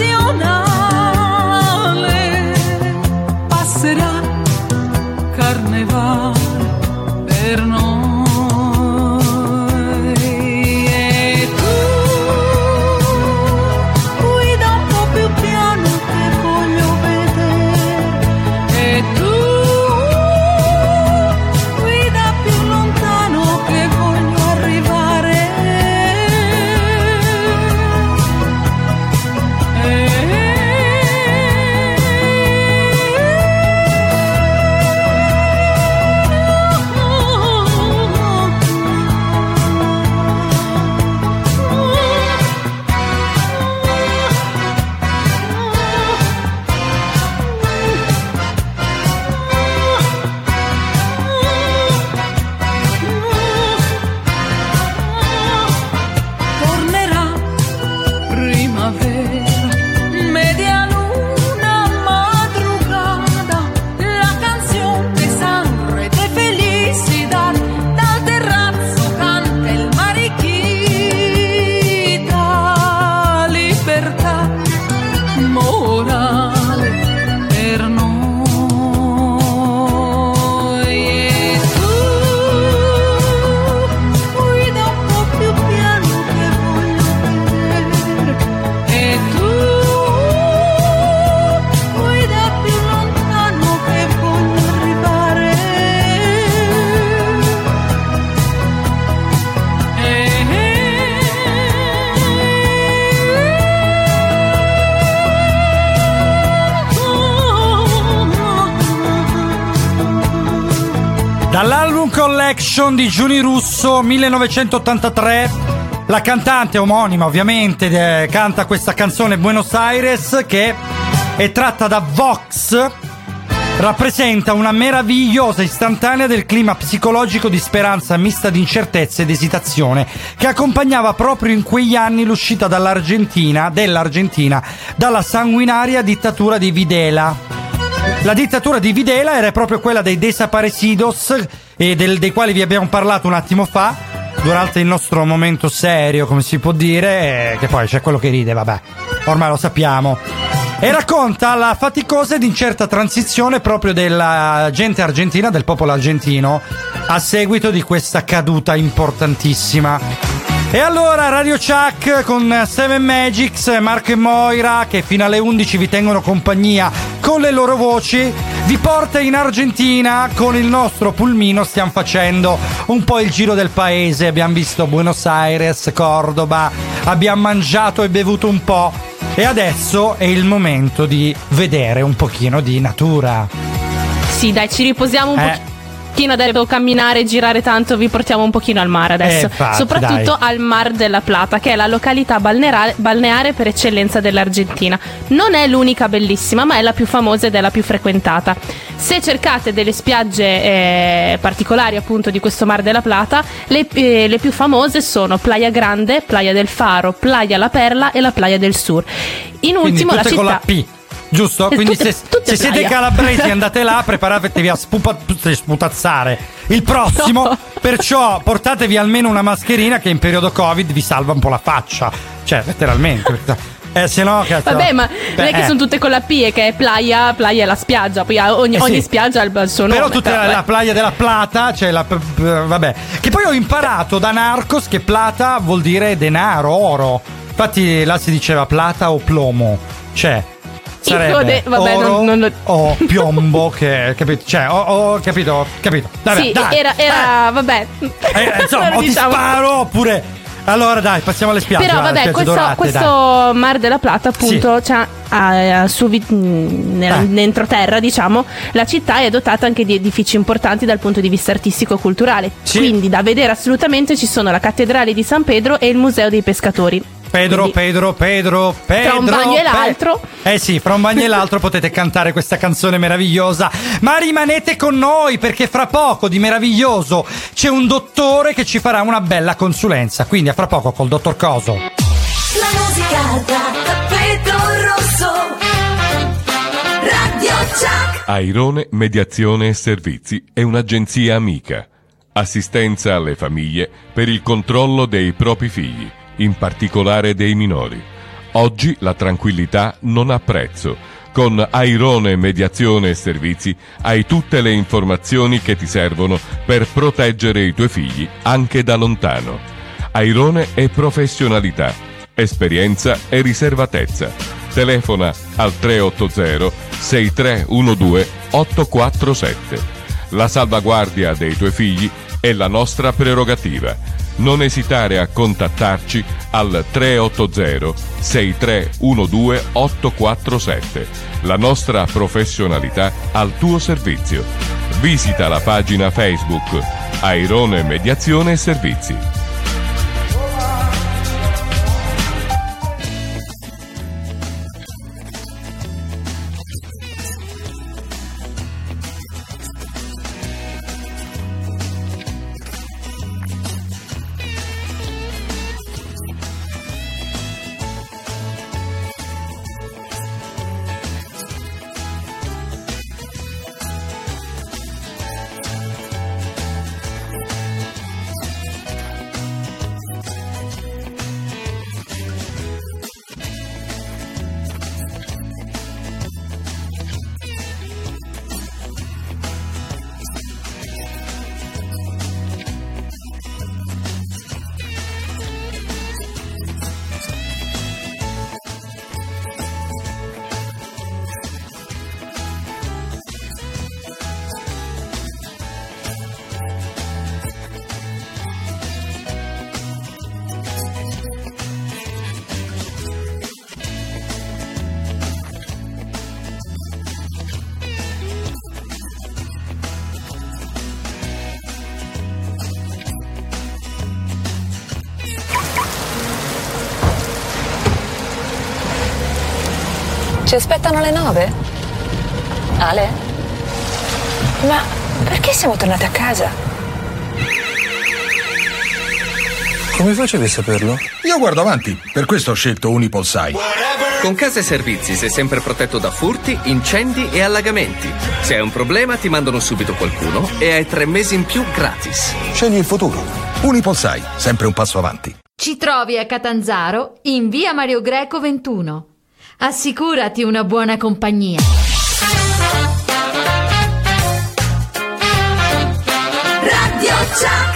nazionale. Passerà carnevale per noi e tu guida un po' più piano che voglio vedere, e tu guida più lontano che voglio arrivare. Tornerà primavera, media luna, madrugada, la canzone de sangre de felicidad, dal terrazzo canta il marichita, libertà morale per noi. E tu Dall'album Collection di Giuni Russo millenovecentottantatré, la cantante omonima ovviamente eh, canta questa canzone Buenos Aires, che è tratta da Vox. Rappresenta una meravigliosa istantanea del clima psicologico di speranza mista di incertezza ed esitazione che accompagnava proprio in quegli anni l'uscita dall'Argentina, dell'Argentina dalla sanguinaria dittatura di Videla. La dittatura di Videla era proprio quella dei desaparecidos, e del, dei quali vi abbiamo parlato un attimo fa durante il nostro momento serio, come si può dire, che poi c'è quello che ride, vabbè, ormai lo sappiamo. E racconta la faticosa ed incerta transizione proprio della gente argentina, del popolo argentino, a seguito di questa caduta importantissima. E allora Radio Chuck con Seven Magics, Marco e Moira, che fino alle undici vi tengono compagnia con le loro voci, vi porta in Argentina. Con il nostro pulmino stiamo facendo un po' il giro del paese. Abbiamo visto Buenos Aires, Cordoba, abbiamo mangiato e bevuto un po', e adesso è il momento di vedere un pochino di natura. Sì, dai, ci riposiamo un Eh. pochino. Devo camminare e girare tanto, vi portiamo un pochino al mare adesso, Eh, infatti, soprattutto dai. al Mar della Plata, che è la località balneare, balneare per eccellenza dell'Argentina. Non è l'unica bellissima, ma è la più famosa ed è la più frequentata. Se cercate delle spiagge eh, particolari appunto di questo Mar della Plata, le, eh, le più famose sono Playa Grande, Playa del Faro, Playa La Perla e la Playa del Sur. In Quindi ultimo la tutte città con la P, giusto? Eh, Quindi tutte- se, tutte se siete playa. calabresi andate là, preparatevi a spupa- sputazzare il prossimo, No. perciò portatevi almeno una mascherina che in periodo Covid vi salva un po' la faccia, cioè letteralmente. Eh, se no, cazzo. Vabbè, ma non è che eh. sono tutte con la P, è che è playa, playa è la spiaggia, poi ogni, Eh sì. ogni spiaggia ha il il suo nome. Però tutta la, vabbè. la playa della Plata, cioè la, vabbè. Che poi ho imparato da Narcos che Plata vuol dire denaro, oro. Infatti là si diceva plata o plomo, cioè sarebbe de- vabbè, oro non- non lo- o piombo, che capito? Cioè, ho, ho capito, capito. Vabbè, Sì, dai. era, era vabbè. Eh, insomma, Non o ti diciamo. sparo oppure. Allora dai, passiamo alle spiagge. Però va, le vabbè, spiagge questo, dorate, questo Mar della Plata appunto c'ha a- su vi- nell'entroterra, diciamo, la città è dotata anche di edifici importanti dal punto di vista artistico-culturale. Sì. Quindi da vedere assolutamente ci sono la cattedrale di San Pedro e il museo dei pescatori. Pedro, Quindi- Pedro, Pedro, Pedro. Tra un bagno e Pe- l'altro. Eh sì, fra un bagno e l'altro potete cantare questa canzone meravigliosa. Ma rimanete con noi perché fra poco di meraviglioso c'è un dottore che ci farà una bella consulenza. Quindi a fra poco col dottor Coso. La musica da tappeto rosso. Radio Chuck. Airone Mediazione e Servizi è un'agenzia amica. Assistenza alle famiglie per il controllo dei propri figli, in particolare dei minori. Oggi la tranquillità non ha prezzo. Con Airone Mediazione e Servizi hai tutte le informazioni che ti servono per proteggere i tuoi figli anche da lontano. Airone è professionalità, esperienza e riservatezza. Telefona al tre otto zero sei tre uno due otto quattro sette. La salvaguardia dei tuoi figli è la nostra prerogativa. Non esitare a contattarci al tre otto zero sei tre uno due otto quattro sette. La nostra professionalità al tuo servizio. Visita la pagina Facebook Airone Mediazione e Servizi. Ci aspettano alle nove? Ale? Ma perché siamo tornati a casa? Come facevi a saperlo? Io guardo avanti, per questo ho scelto Unipolsai. Con Casa e Servizi sei sempre protetto da furti, incendi e allagamenti. Se hai un problema ti mandano subito qualcuno e hai tre mesi in più gratis. Scegli il futuro. Unipolsai, sempre un passo avanti. Ci trovi a Catanzaro in via Mario Greco ventuno. Assicurati una buona compagnia. Radio Chuck.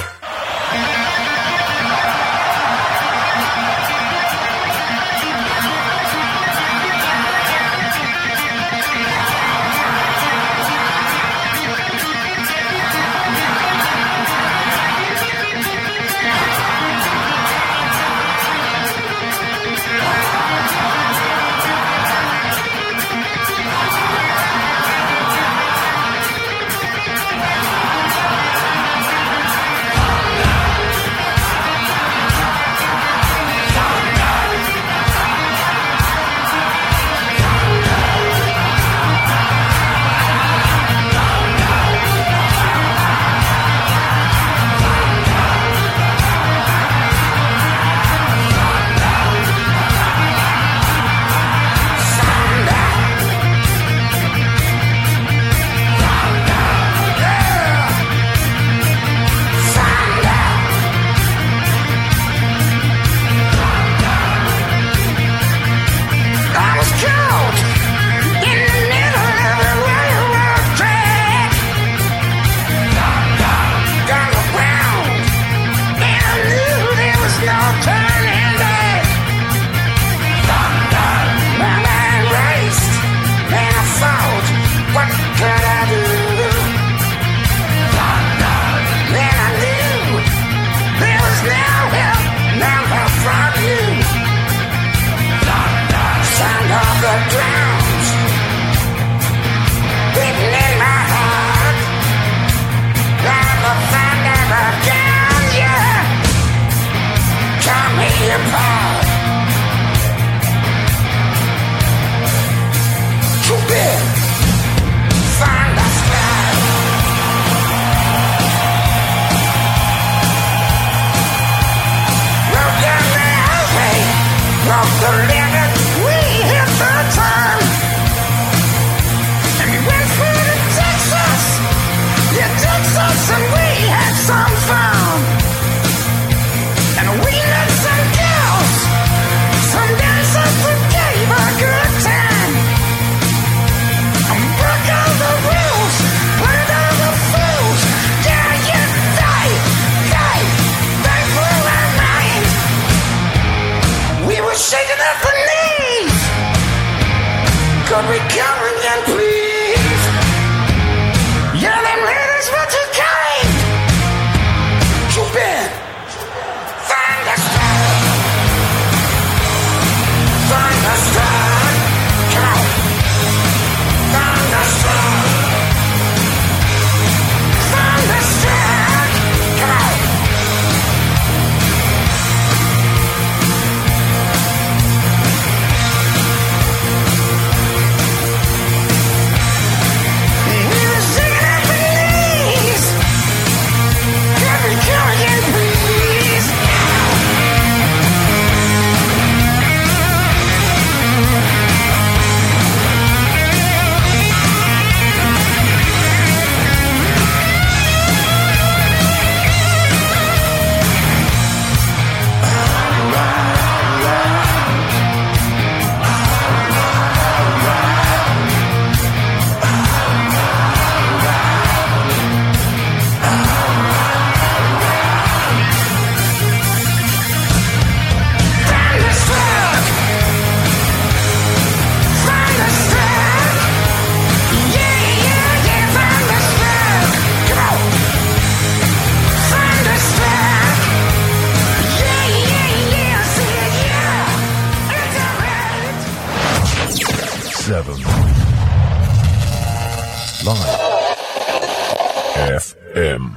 F M.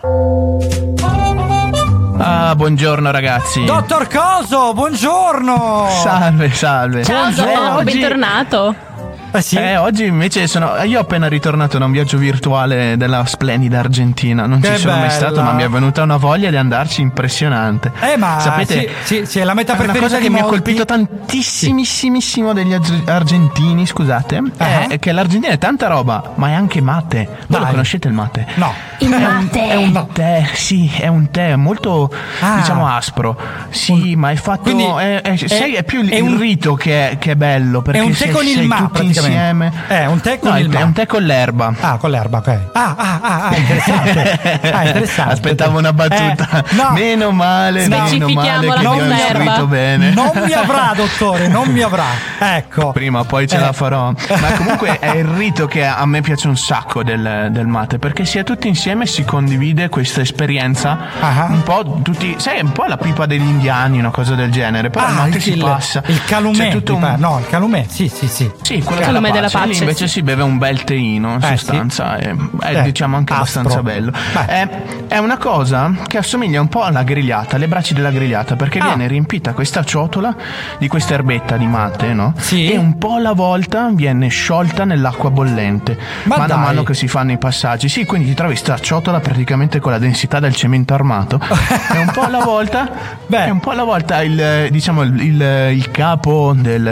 Ah, buongiorno ragazzi. Dottor Coso, buongiorno. Salve, salve. Ciao, Buongiorno. Doc, bentornato. Eh sì? Eh, oggi invece sono. Io ho appena ritornato da un viaggio virtuale della splendida Argentina. Non Che ci sono mai bella. stato, ma mi è venuta una voglia di andarci impressionante. Eh, ma sapete, sì, sì, sì, è la meta è una preferita cosa di che mi ha molti. colpito tantissimissimo degli arg- argentini, scusate, Ah. è che l'Argentina è tanta roba, ma è anche mate. Voi lo Dai. conoscete il mate? No. Il È un, mate. è un tè, sì, è un tè molto, Ah. diciamo, aspro. Sì, ma è fatto. Quindi è, è- sai, è più il, è il un- rito che è, che è bello. Perché È un tè sei- con il sei ma, tutti praticamente. insieme. È un tè con No, il ma. è un tè con l'erba. Ah, con l'erba, ok. Ah, ah, ah, ah, interessante. Ah, interessante. Aspettavo una battuta. Eh, no. Meno male, meno male Specifichiamola che con vi ho l'erba. istruito bene. Non mi avrà, dottore, non mi avrà. Ecco. Prima o poi ce Eh. la farò. Ma comunque è il rito che a me piace un sacco del, del mate, perché si è tutti insieme e si condivide questa esperienza. Ah. Un po' tutti. Sai, un po' la pipa degli indiani, una cosa del genere. Però il Ah, mate il, si passa. il calumè. C'è tutto mi pare. un. No, il calumè, sì, sì, sì. Sì, quello Calumè della della pace. Lì pace, invece sì. si beve un bel teino, in Eh, sostanza. È, è, Eh, diciamo anche aspro. abbastanza bello. Beh. È, è una cosa che assomiglia un po' alla grigliata, alle braccia della grigliata, perché Ah. viene riempita questa ciotola di questa erbetta di mate, no? Sì. E un po' alla volta viene sciolta nell'acqua bollente. Ma mano dai. a mano che si fanno i passaggi. Sì, quindi ti trovi sta ciotola praticamente con la densità del cemento armato. E un po' alla volta. Beh. E un po' alla volta il diciamo il, il, il capo del,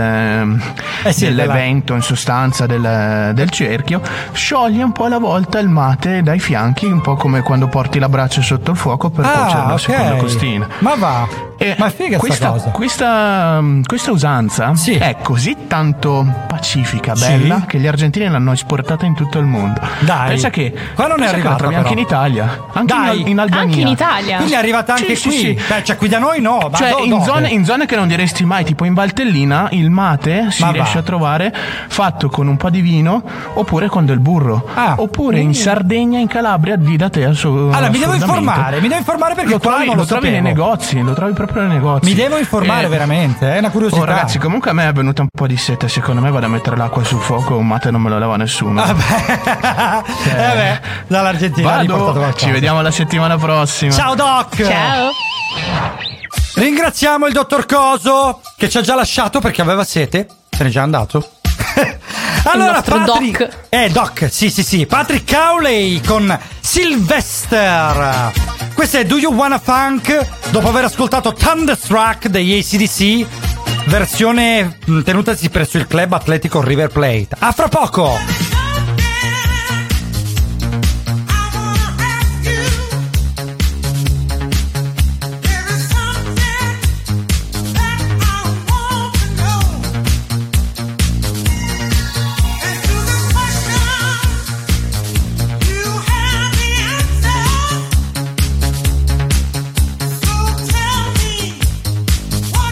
Eh sì, dell'evento, in sostanza del, del cerchio, scioglie un po' alla volta il mate dai fianchi, un po' come quando porti la braccia sotto il fuoco per Ah, cuocere la ok. seconda costina. Ma va. E Ma è figa sta questa, cosa. questa, questa usanza Sì. è così tanto pacifica, Sì. bella, che gli argentini l'hanno esportata in tutto il mondo. Dai. Pensa che, Qua non è pensa che la arrivata, trovi però. anche in Italia, anche in, Dai. Al- in Albania. Anche in Italia. Quindi è arrivata anche Sì, qui. sì, sì. Beh, cioè qui da noi no. Ma Cioè, do- in, dove? zone, in zone che non diresti mai, tipo in Valtellina, il mate si Ma riesce va. a trovare fatto con un po' di vino oppure con del burro. Ah. Oppure in Sardegna, in Calabria, di da te al suo. Allora, mi devo assolutamente. informare, mi devo informare perché lo qua trovi, non lo lo trovi nei sapevo. negozi, lo trovi proprio nei negozi. Mi devo informare Eh, veramente, è una curiosità. Oh, ragazzi, comunque a me è venuta un po' di sete. Secondo me vado a mettere l'acqua sul fuoco. Un mate non me lo leva nessuno. Eh beh, dall'Argentina ha riportato Vado. qualcosa. Ci vediamo la settimana prossima. Ciao Doc. Ciao. Ringraziamo il dottor Coso che ci ha già lasciato perché aveva sete. Se n'è già andato. Allora, nostro Patrick, Doc. Eh, Doc, sì, sì, sì. Patrick Cowley con Sylvester. Questo è Do You Wanna Funk? Dopo aver ascoltato Thunderstruck degli A C D C, versione mh, tenutasi presso il club atletico River Plate. A fra poco.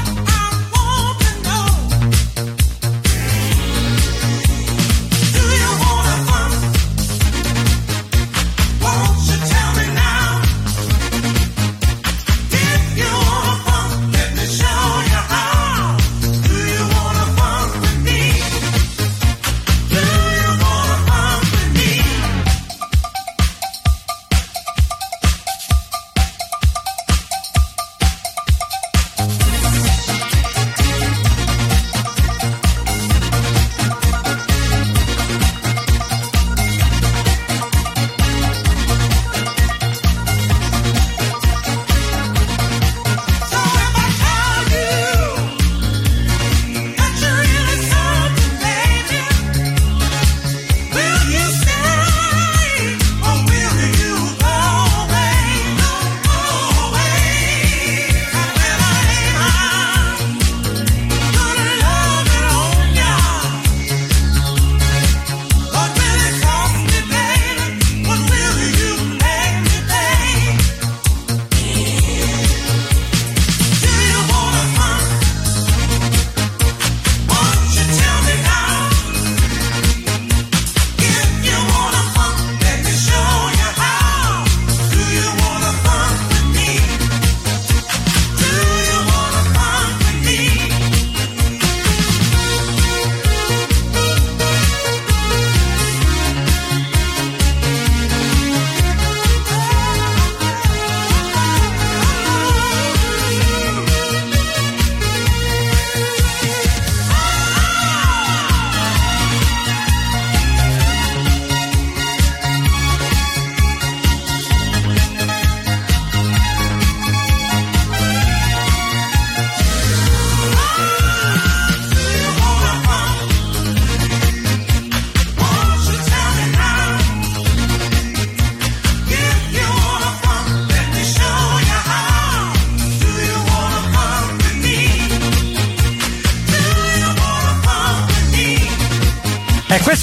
Do you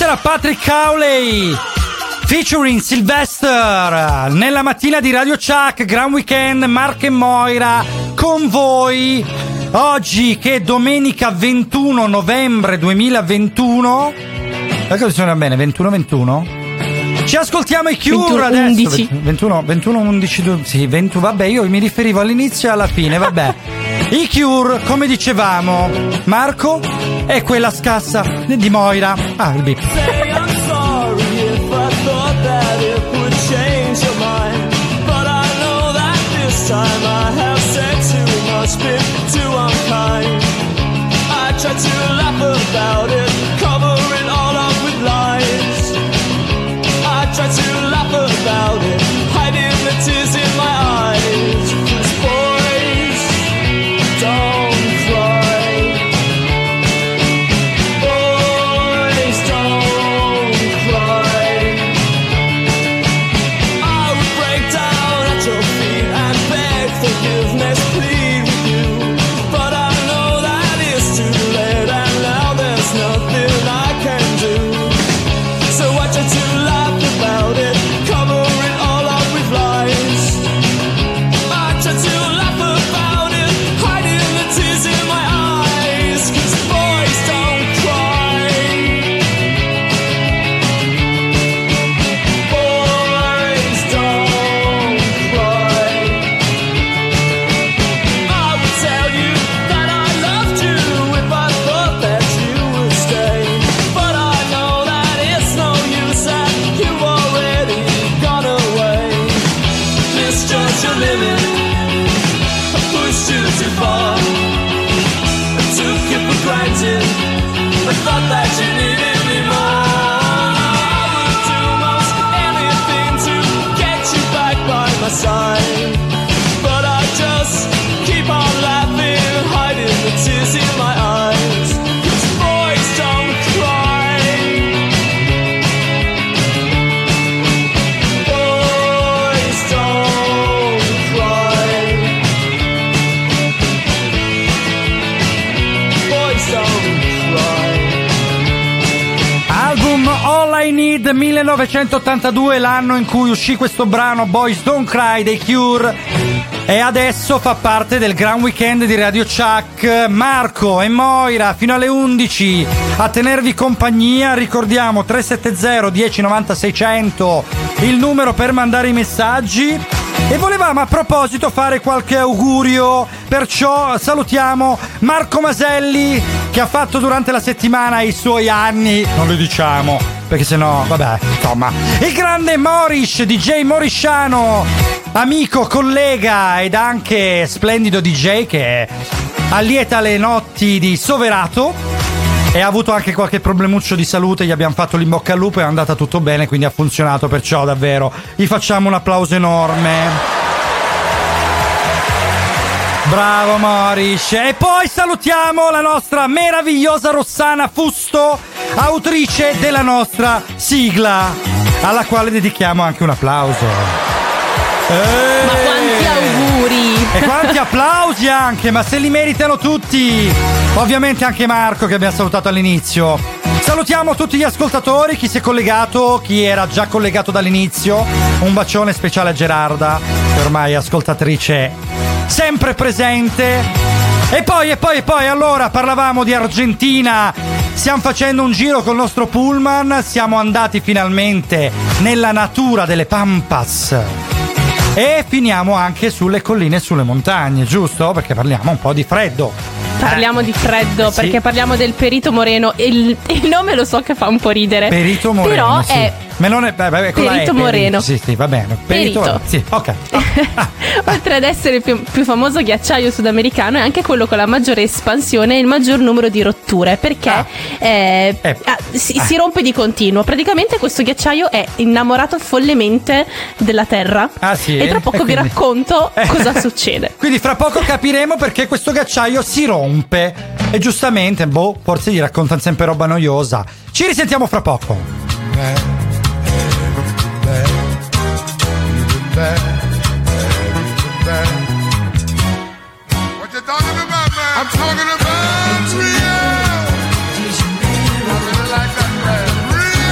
Questa era Patrick Cowley featuring Sylvester nella mattina di Radio Chuck. Gran weekend, Marco e Moira con voi. Oggi che è domenica ventuno novembre duemilaventuno. Ecco, suona bene, ventuno ventuno. Ci ascoltiamo i Cure adesso. undici. ventuno ventuno undici. Sì, venti, vabbè, io mi riferivo all'inizio e alla fine, vabbè. I Cure, come dicevamo, Marco è quella scassa di Moira. Ah, il beep. Say I'm sorry if I thought that it would change your mind, but I know that this time I have said too much, been too unkind. I tried to laugh about it, cover it all up with lies. I tried to laugh about it, hiding the tears in my eyes. 'Cause boys don't cry. Boys don't cry. I would break down at your feet and beg forgiveness, plead with you. But I know that it's too late and now there's nothing I can do. So I try to laugh about it, cover it all up with lies. I try to laugh about it, hiding the tears in my eyes. 'Cause boys don't cry. Boys don't cry. I would tell you that I loved you if I thought that you would stay. But I know that it's no use, that you've already gone away. Misjudged your limit, I pushed you too far. I took you for granted, I thought that you needed me more. I would do most anything to get you back by my side. But I just keep on laughing, hiding the tears in my eyes. 'Cause boys don't cry. Boys don't cry. Boys don't cry. Album All I Need millenovecentottantadue, l'anno in cui uscì questo brano Boys Don't Cry dei Cure. E adesso fa parte del Gran Weekend di Radio Chuck. Marco e Moira fino alle undici a tenervi compagnia. Ricordiamo tre sette zero uno zero nove zero sei zero zero il numero per mandare i messaggi. E volevamo a proposito fare qualche augurio, perciò salutiamo Marco Maselli che ha fatto durante la settimana i suoi anni, non lo diciamo perché sennò, vabbè, insomma. Il grande Morish, D J morisciano, amico, collega ed anche splendido D J che allieta le notti di Soverato. E ha avuto anche qualche problemuccio di salute, gli abbiamo fatto l'in bocca al lupo e è andata tutto bene, quindi ha funzionato, perciò davvero gli facciamo un applauso enorme. Bravo Morish. E poi salutiamo la nostra meravigliosa Rossana Fusto, autrice della nostra sigla, alla quale dedichiamo anche un applauso. Eeeh. Ma quanti auguri! E quanti applausi anche, ma se li meritano tutti. Ovviamente anche Marco che abbiamo salutato all'inizio. Salutiamo tutti gli ascoltatori, chi si è collegato, chi era già collegato dall'inizio. Un bacione speciale a Gerarda, che ormai è ascoltatrice sempre presente. E poi, e poi, e poi, allora, parlavamo di Argentina. Stiamo facendo un giro col nostro pullman, siamo andati finalmente nella natura delle Pampas. E finiamo anche sulle colline e sulle montagne, giusto? Perché parliamo un po' di freddo. Parliamo eh. di freddo, eh sì. perché parliamo del Perito Moreno. Il, il nome lo so che fa un po' ridere. Perito Moreno. Però sì. è Melone, beh, beh, con Perito la E, Moreno. Sì, sì, va bene. Perito. Perito. Sì, ok. Oltre ad essere il più, più famoso ghiacciaio sudamericano, è anche quello con la maggiore espansione e il maggior numero di rotture, perché Ah. eh, Eh. ah, si, si rompe di continuo. Praticamente questo ghiacciaio è innamorato follemente della terra. Ah, sì? E tra poco E vi quindi- racconto Eh. cosa succede. Quindi fra poco capiremo perché questo ghiacciaio si rompe. E giustamente, boh, forse gli raccontano sempre roba noiosa. Ci risentiamo fra poco. What you talking about, man? I'm talking about real. I really like that, man. Real.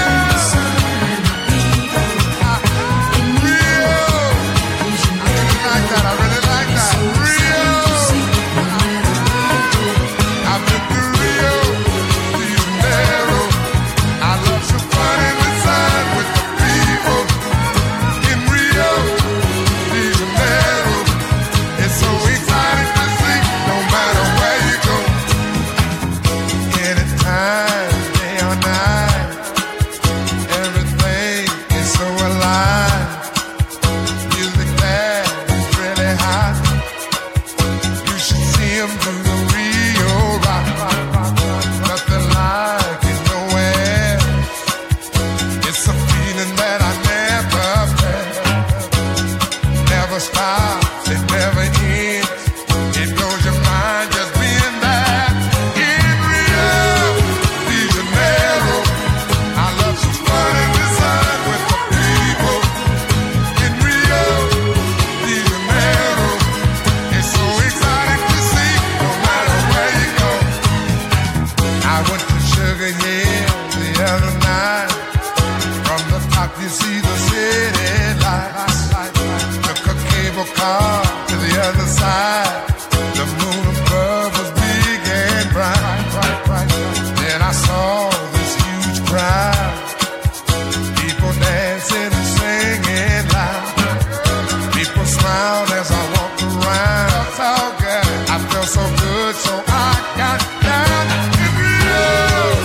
you see the city lights. Took a cable car to the other side. The moon above was big and bright. Then I saw this huge crowd, people dancing and singing loud. People smiled as I walked around. So good. I felt so good, so I got down in Rio.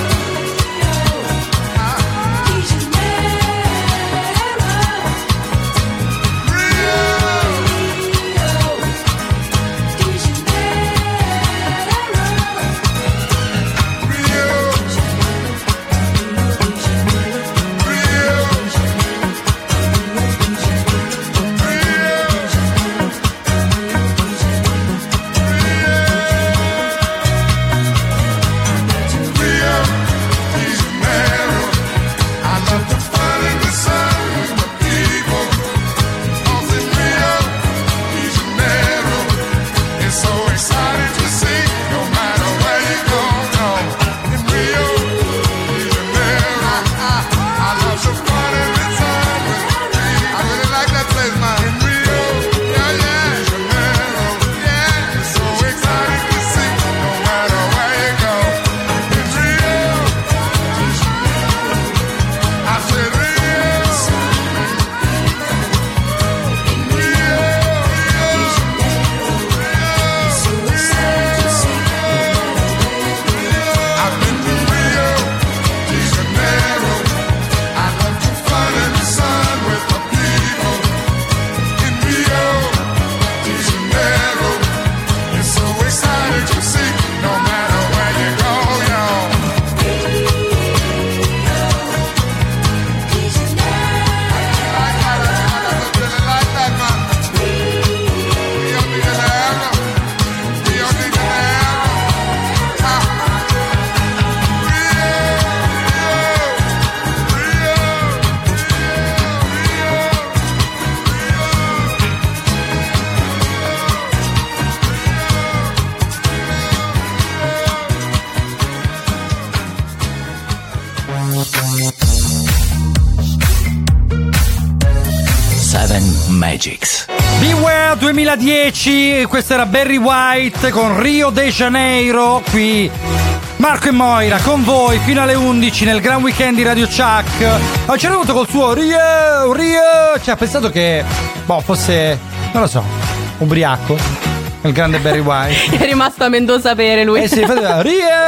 Magics. Beware duemiladieci, questo era Barry White con Rio de Janeiro. Qui Marco e Moira con voi fino alle undici nel Gran Weekend di Radio Chuck. A un certo punto col suo Rio, Rio, cioè ha pensato che boh, fosse, non lo so, ubriaco, il grande Barry White. È rimasto a Mendoza bere lui. Eh sì, faceva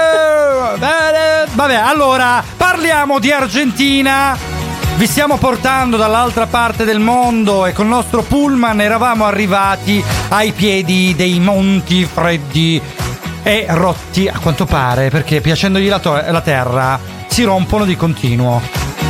Rio. Vabbè, allora parliamo di Argentina. Vi stiamo portando dall'altra parte del mondo e col nostro pullman eravamo arrivati ai piedi dei monti freddi e rotti a quanto pare, perché piacendogli la, to- la terra si rompono di continuo.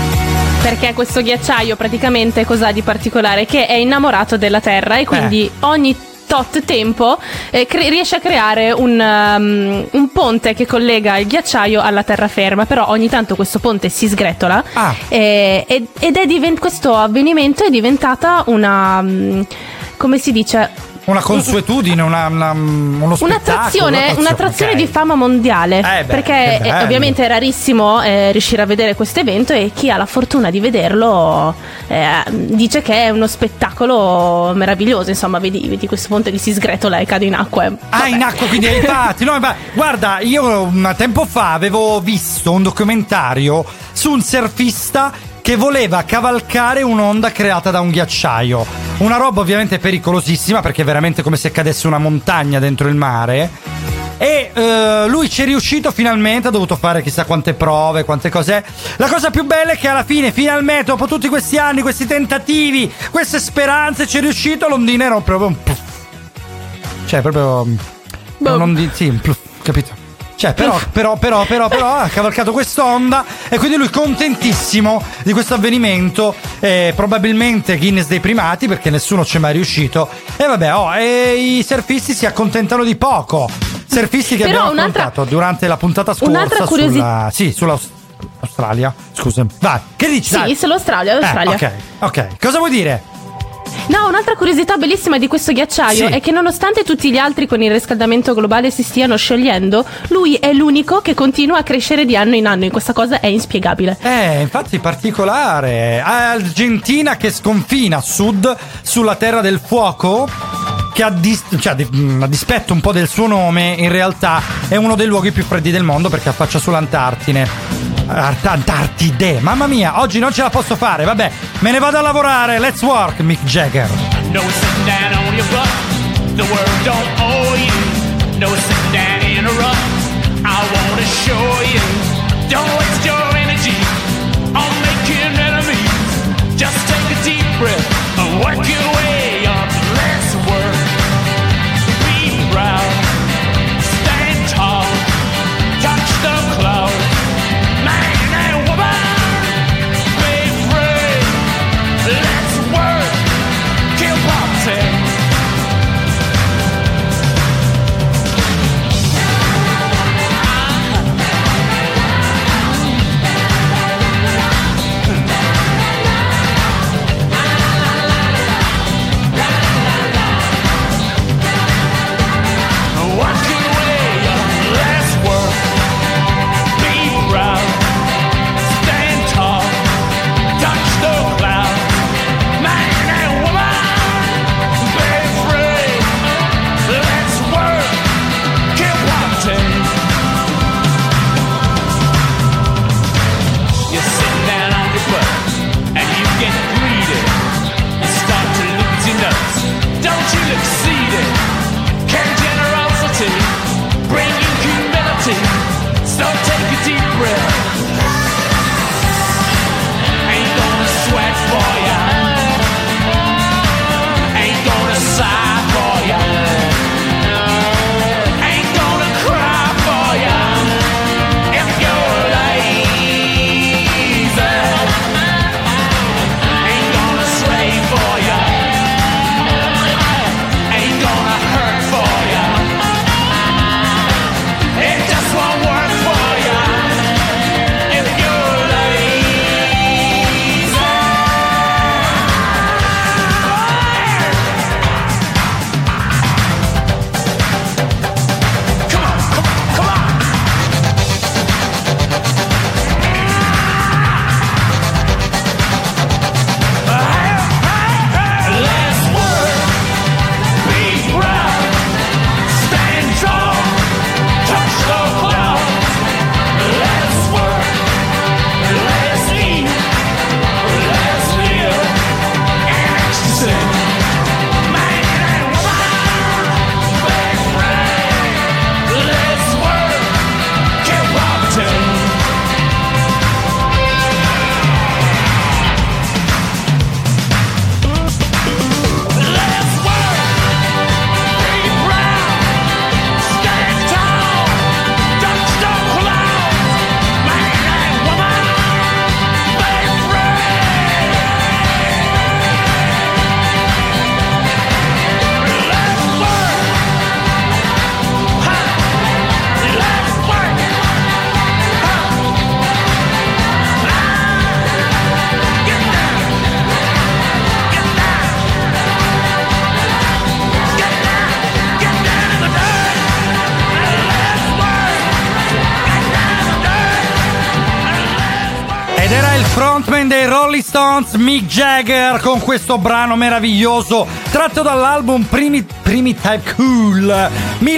Perché questo ghiacciaio praticamente cos'ha di particolare? Che è innamorato della terra e quindi eh. ogni tot tempo eh, cre- riesce a creare un, um, un ponte che collega il ghiacciaio alla terraferma, però ogni tanto questo ponte si sgretola ah. eh, ed, ed è divent- questo avvenimento è diventata una um, come si dice? Una consuetudine, una, una, uno spettacolo. Un'attrazione, un'attrazione, un'attrazione okay. di fama mondiale. Eh beh, perché eh, ovviamente è rarissimo eh, riuscire a vedere questo evento e chi ha la fortuna di vederlo eh, dice che è uno spettacolo meraviglioso. Insomma, vedi, vedi questo ponte che si sgretola e cade in acqua. E, ah, in acqua, quindi hai infatti. No, ma guarda, io un tempo fa avevo visto un documentario su un surfista che voleva cavalcare un'onda creata da un ghiacciaio. Una roba ovviamente pericolosissima, perché è veramente come se cadesse una montagna dentro il mare. E uh, lui ci è riuscito finalmente, ha dovuto fare chissà quante prove, quante cose. La cosa più bella è che alla fine, finalmente, dopo tutti questi anni, questi tentativi, queste speranze, ci è riuscito. L'ondina era proprio un puff. Cioè proprio un ondino, sì, un puff, capito? Cioè, però, però, però, però, però ha cavalcato quest'onda e quindi lui contentissimo di questo avvenimento. Eh, probabilmente Guinness dei primati, perché nessuno ci è mai riuscito. E vabbè, oh, e i surfisti si accontentano di poco. Surfisti che però abbiamo affrontato durante la puntata scorsa curiosi- sulla, sì, sull'Australia. Scusa, vai, che dici? Sì, dai. sull'Australia, l'Australia. Eh, ok, ok. Cosa vuoi dire? No, un'altra curiosità bellissima di questo ghiacciaio Sì. è che nonostante tutti gli altri con il riscaldamento globale si stiano sciogliendo, lui è l'unico che continua a crescere di anno in anno e questa cosa è inspiegabile. Eh, infatti particolare. Argentina che sconfina a sud sulla terra del fuoco, che a, dis- cioè, a dispetto un po' del suo nome, in realtà è uno dei luoghi più freddi del mondo perché affaccia sull'Antartide. Art- Antartide, mamma mia, oggi non ce la posso fare, vabbè, me ne vado a lavorare, let's work, Mick Jagger. No sitting down on your butt, the world don't owe you. No sitting down in a rut, I wanna show you. Don't waste your energy on making enemies. Just take a deep breath and work your way up. Let's work, be proud, stand tall, touch the clouds. Man and woman, be free. Let's work, kill poverty. Ed era il frontman dei Rolling Stones, Mick Jagger, con questo brano meraviglioso tratto dall'album Primi, Primitive Cool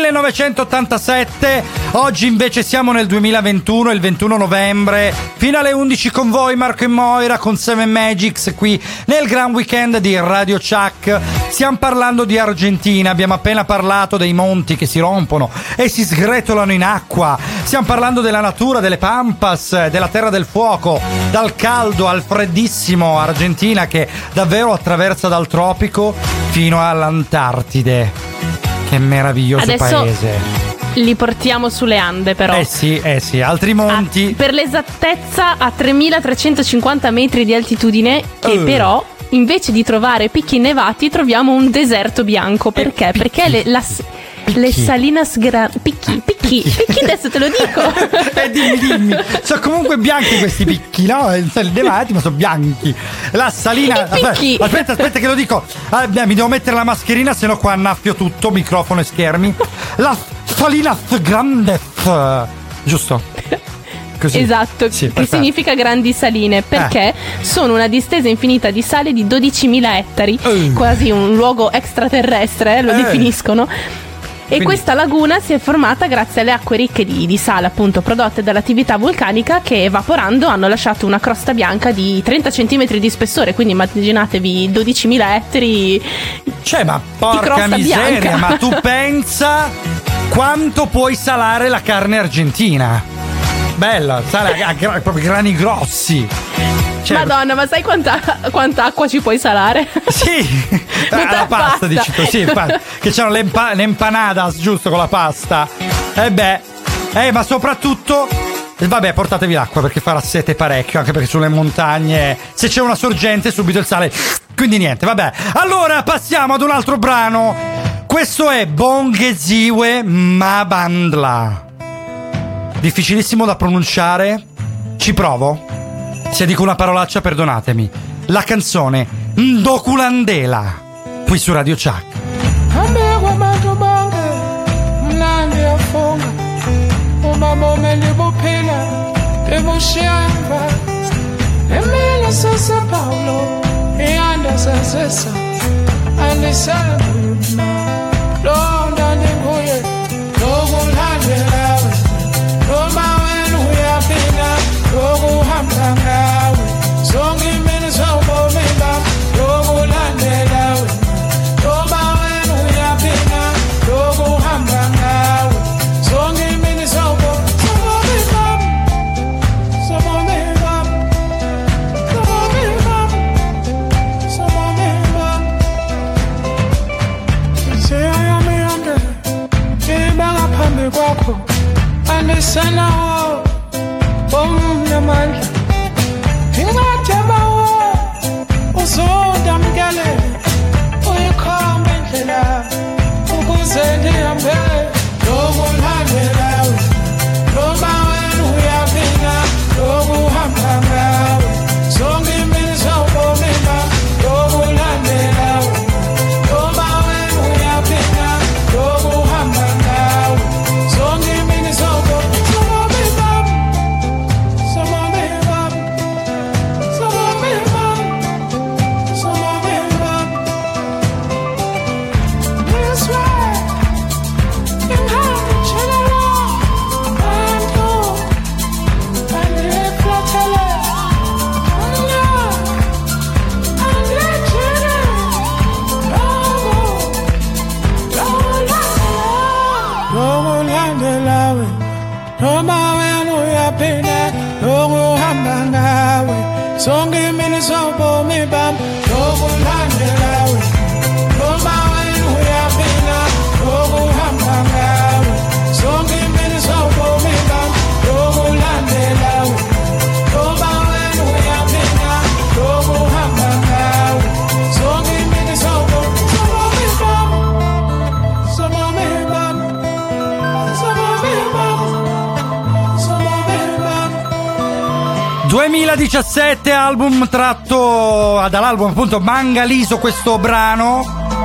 millenovecentottantasette. Oggi invece siamo nel duemilaventuno, il ventuno novembre, fino alle undici con voi Marco e Moira con Seven Magics qui nel Gran Weekend di Radio Chuck. Stiamo parlando di Argentina, abbiamo appena parlato dei monti che si rompono e si sgretolano in acqua. Stiamo parlando della natura, delle pampas, della terra del fuoco, dal caldo al freddissimo Argentina che davvero attraversa dal tropico fino all'Antartide. Che meraviglioso Adesso paese. Li portiamo sulle Ande, però. Eh sì, eh sì, altri monti. A, per l'esattezza a tremilatrecentocinquanta metri di altitudine, che Uh. però invece di trovare picchi innevati troviamo un deserto bianco. Perché? Perché le, la, picchi. Le Salinas Grandi. Picchi, picchi, picchi, adesso te lo dico. Eh, dimmi, dimmi. Sono comunque bianchi questi picchi, no? Sono nevati, ma sono bianchi. La salina. Aspetta, aspetta, aspetta che lo dico. Ah, beh, mi devo mettere la mascherina, sennò qua annaffio tutto, microfono e schermi. La Salinas Grandes. Giusto? Così. Esatto, sì, che significa grandi saline, perché eh. sono una distesa infinita di sale di dodicimila ettari, uh. quasi un luogo extraterrestre, lo eh. definiscono. E Quindi. questa laguna si è formata grazie alle acque ricche di, di sale, appunto, prodotte dall'attività vulcanica, che evaporando hanno lasciato una crosta bianca di trenta centimetri di spessore. Quindi immaginatevi dodicimila ettari. Cioè, ma porca miseria, bianca. Ma tu pensa quanto puoi salare la carne argentina? Bella, sale a, a, a proprio grani grossi. Cioè, Madonna, ma sai quanta, quanta acqua ci puoi salare? Sì, ah, la pasta dici tu, sì, infatti, che c'erano le, empa- le empanadas, giusto, con la pasta. E eh beh, eh, ma soprattutto, vabbè, portatevi l'acqua perché farà sete parecchio, anche perché sulle montagne, se c'è una sorgente, subito il sale. Quindi niente, vabbè. Allora passiamo ad un altro brano. Questo è Bongeziwe Mabandla. Difficilissimo da pronunciare. Ci provo. Se dico una parolaccia, perdonatemi. La canzone Ndokulandela, qui su Radio Chuck. Ambegwa bantu bonke mnandi yafunga uma bomeli buphila ebushiyamba emile sasa Paulo eanda sasesa andisabuna londa ninguye lokulandelawe noma wena uyaphinda lokuhamba ngawe zonke imini zawubomi bami lokulandelawe noma wena uyaphinda lokuhamba ngawe zonke imini zawubomi bami zobomi bami zobomi bami zobomi bami seyami yonke ibanga phambi kwakho andisanawo omnamandla ingathebawo uzondamkele uyikhomba indlela ukuze ndihambe lokulandelawe noma wena uyaphinda lokuhamba ngawe zonke imini zawubomi bami lokulandelawe noma wena uyaphinda lokuhamba ngawe zonke imini zawubomi bami zobomi bami zobomi bami zobomi bami niswe inghambi tshelela bantu andiflathele mna andijile lokulandelawe noma wena uyaphinda lokuhamba ngawe zonke imini zawubomi bami lokulandelawe noma wena uyaphinda lokuhamba ngawe zonke imini zawubomi bami lokulandelawe noma wena uyaphinda lokuhamba ngawe zonke imini zawubomi bami zobomi bami zobomi bami zobomi bami. duemiladiciassette, album tratto dall'album appunto Mangaliso, questo brano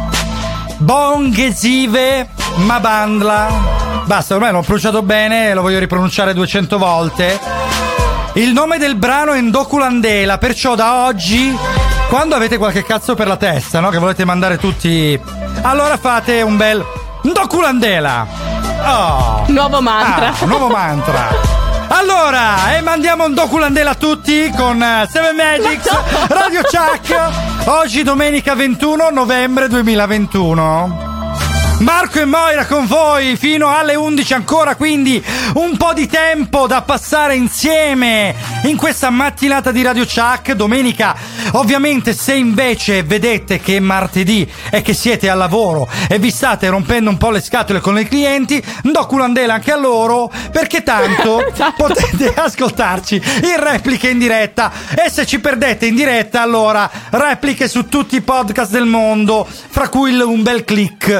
Bongeziwe Mabandla. Basta, ormai l'ho pronunciato bene, lo voglio ripronunciare duecento volte. Il nome del brano è Ndokulandela, perciò da oggi, quando avete qualche cazzo per la testa, no, che volete mandare tutti, allora fate un bel Ndokulandela. Oh. Nuovo mantra. Ah, nuovo mantra. Allora, e mandiamo un Ndokulandela a tutti con Seven Magics, Radio Chuck. Oggi domenica ventuno novembre duemilaventuno. Marco e Moira con voi fino alle undici ancora, quindi un po' di tempo da passare insieme in questa mattinata di Radio Chuck. Domenica, ovviamente, se invece vedete che è martedì e che siete al lavoro e vi state rompendo un po' le scatole con i clienti, Ndokulandela anche a loro, perché tanto esatto. Potete ascoltarci in repliche in diretta, e se ci perdete in diretta, allora repliche su tutti i podcast del mondo, fra cui un bel click sul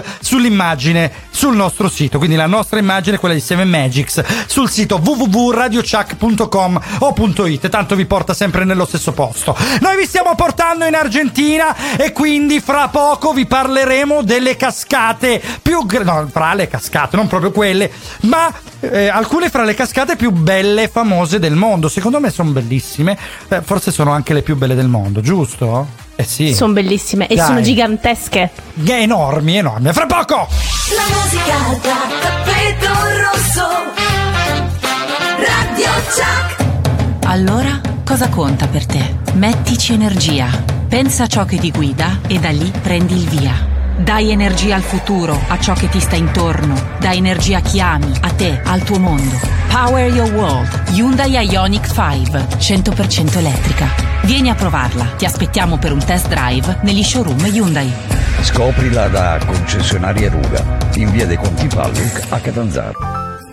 sull'immagine sul nostro sito, quindi la nostra immagine, quella di Seven Magics, sul sito w w w punto radio chuck punto com o .it, tanto vi porta sempre nello stesso posto. Noi vi stiamo portando in Argentina e quindi fra poco vi parleremo delle cascate più gra- no, fra le cascate, non proprio quelle, ma eh, alcune fra le cascate più belle e famose del mondo. Secondo me sono bellissime, eh, forse sono anche le più belle del mondo, giusto? Eh sì. Sono bellissime e Dai. sono gigantesche. Enormi, enormi. Fra poco! La musica da tappeto rosso. Radio Chuck. Allora, cosa conta per te? Mettici energia. Pensa a ciò che ti guida e da lì prendi il via. Dai energia al futuro, a ciò che ti sta intorno. Dai energia a chi ami, a te, al tuo mondo. Power your world. Hyundai Ioniq cinque, cento per cento elettrica. Vieni a provarla. Ti aspettiamo per un test drive negli showroom Hyundai. Scoprila da concessionaria Ruga, in via dei Conti Palluc a Catanzaro.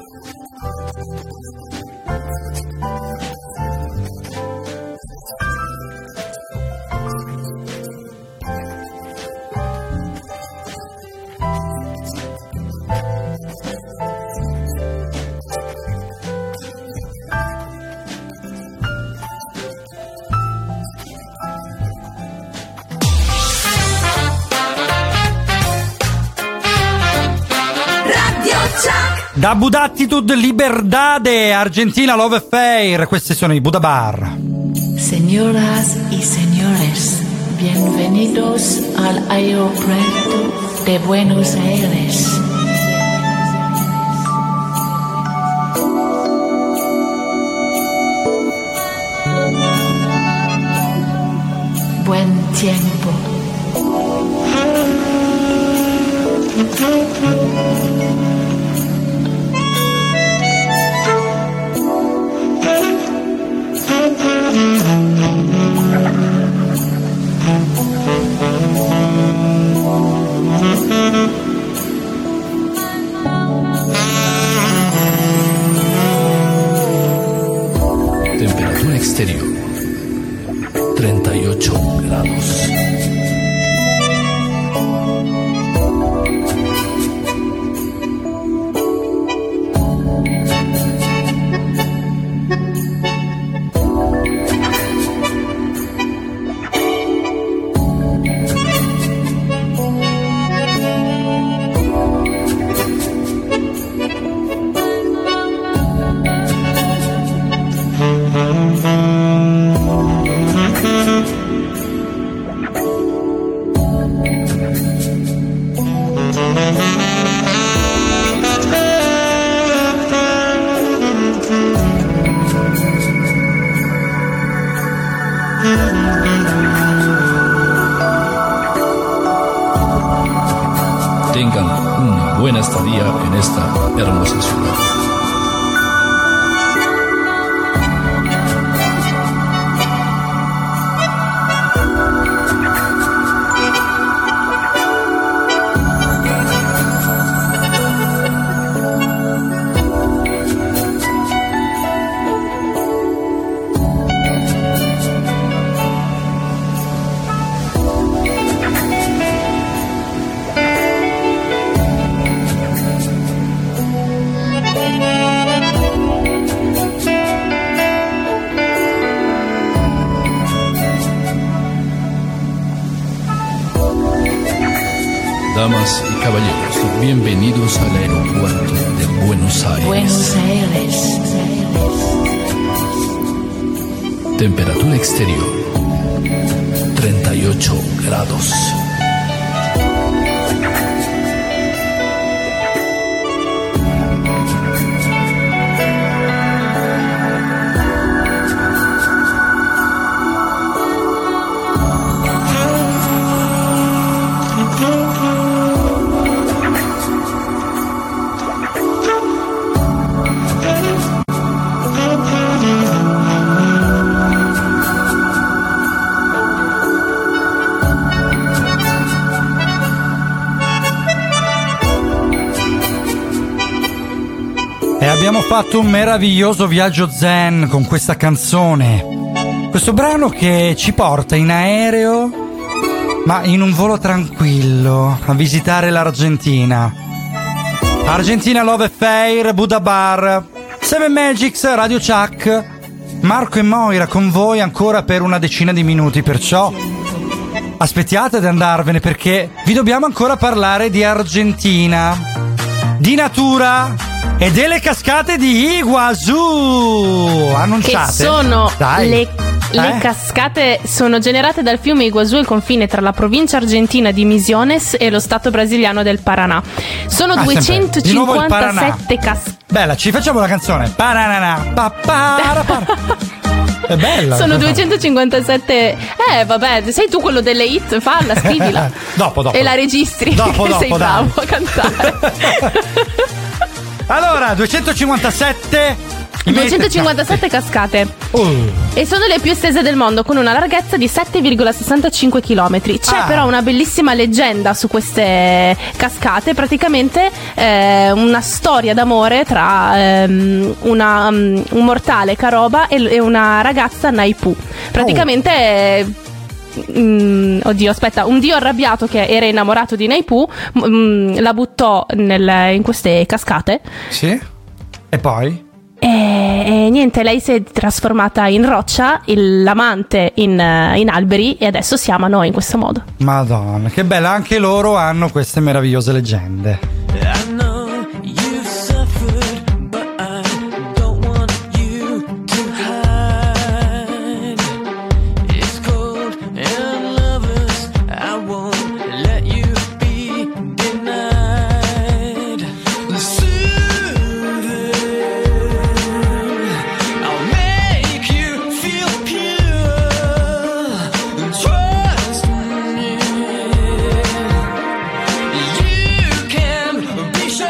Da Budattitude Liberdade, Argentina Love Affair, questi sono i Buda Bar. Señoras y señores, bienvenidos al aeropuerto de Buenos Aires. Buen tiempo. Temperatura exterior treinta y ocho grados. Tengan una buena estadía en esta hermosa ciudad. Damas y caballeros, bienvenidos al aeropuerto de Buenos Aires. Buenos Aires. Temperatura exterior treinta y ocho grados. E abbiamo fatto un meraviglioso viaggio zen con questa canzone. Questo brano che ci porta in aereo ma in un volo tranquillo a visitare l'Argentina. Argentina Love Affair, Buddha Bar, Seven Magics, Radio Chuck, Marco e Moira con voi ancora per una decina di minuti, perciò aspettiate ad andarvene perché vi dobbiamo ancora parlare di Argentina, di natura e delle cascate di Iguazú annunciate. Che sono Dai. le Le Eh? cascate sono generate dal fiume Iguazú, il confine tra la provincia argentina di Misiones e lo stato brasiliano del Paraná. Sono Ah, sempre. Di nuovo il duecentocinquantasette cascate. Bella, ci facciamo la canzone. Paranana, pa, para, para. È bella. Sono duecentocinquantasette. Eh, vabbè, sei tu quello delle hit, falla, scrivila. Dopo, dopo. E la registri. Dopo, dopo, sei dai. bravo a cantare. Allora, duecentocinquantasette duecentocinquantasette cascate. Uh. E sono le più estese del mondo, con una larghezza di sette virgola sessantacinque chilometri. C'è Ah. però una bellissima leggenda su queste cascate, praticamente eh, una storia d'amore tra ehm, una, um, un mortale Caroba e, e una ragazza Naipú. Praticamente eh, Mm, oddio, aspetta, un dio arrabbiato che era innamorato di Naipú mm, la buttò nel- in queste cascate. Sì. E poi? E, e niente, lei si è trasformata in roccia, il- l'amante in, eh, in alberi, e adesso si amano in questo modo. Madonna, che bella, anche loro hanno queste meravigliose leggende. I know you've suffered, but I don't want you to hide. It's cold and lovers, I won't let you be denied. Soothing, I'll make you feel pure. Trust me. You can be sure.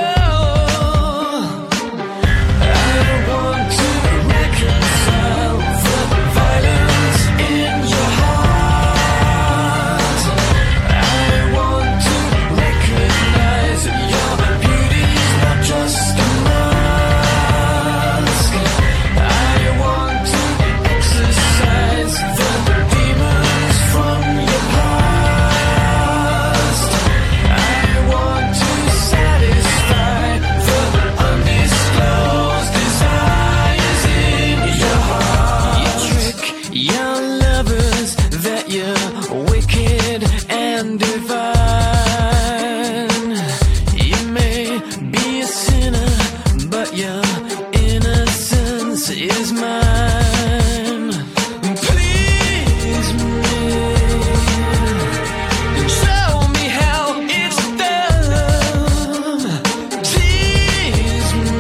I want to reconcile the violence in your heart. I want to recognize your beauty's not just a mask. I want to exorcise the demons from your past. I want to satisfy the undisclosed desires in your heart. You trick your lovers that you're wicked and divine. You may be a sinner, but your innocence is mine. Please me. Show me how it's done. Tease me.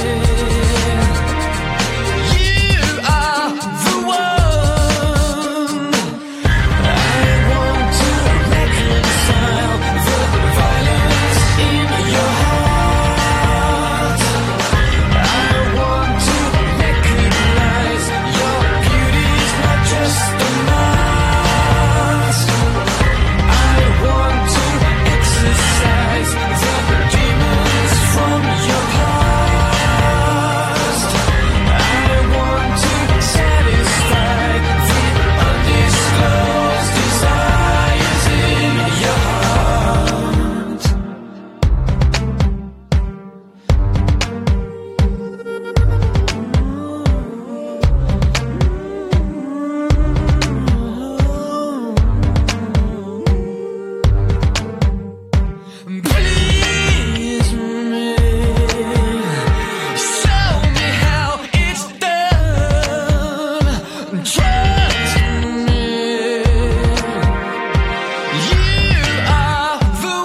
You are the one. I want to reconcile the violence in your heart. I want to recognize your beauty's not just a mask. I want to exorcise the demons from your past. I want to satisfy the undisclosed desires in your heart. Please me. Show me how it's done. Trust me. You are the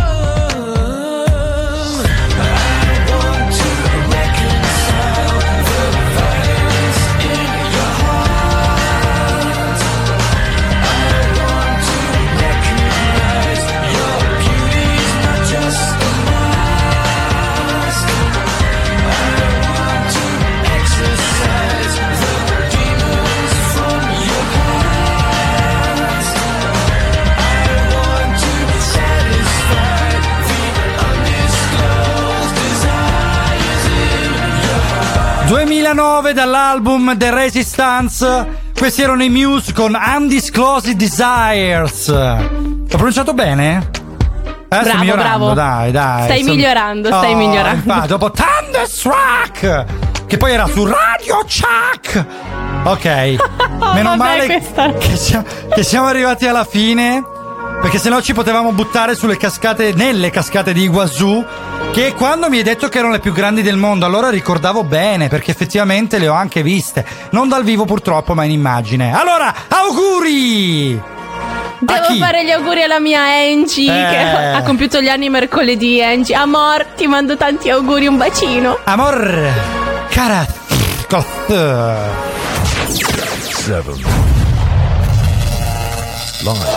one. I want to reconcile the violence in your heart. I want to recognize your beauty's not just a mask. I want to exorcise the demons from your past. I want to satisfy the undisclosed desires in your heart. duemilanove dall'album The Resistance. Questi erano i Muse con Undisclosed Desires. L'ho pronunciato bene? Eh, sto Bravo, migliorando, bravo. dai, dai. Stai Sono- migliorando, stai Oh, migliorando. infatti, dopo Thunderstruck, che poi era su Radio Chuck. Ok, meno Vabbè, male questa- che siamo, che siamo arrivati alla fine, perché sennò ci potevamo buttare sulle cascate, nelle cascate di Iguazú, che quando mi hai detto che erano le più grandi del mondo, allora ricordavo bene, perché effettivamente le ho anche viste. Non dal vivo purtroppo, ma in immagine. Allora, auguri! A Devo chi? fare gli auguri alla mia Angie Eh. che ha compiuto gli anni mercoledì. Angie, amor, ti mando tanti auguri, un bacino. Amor, cara. Seven. Live.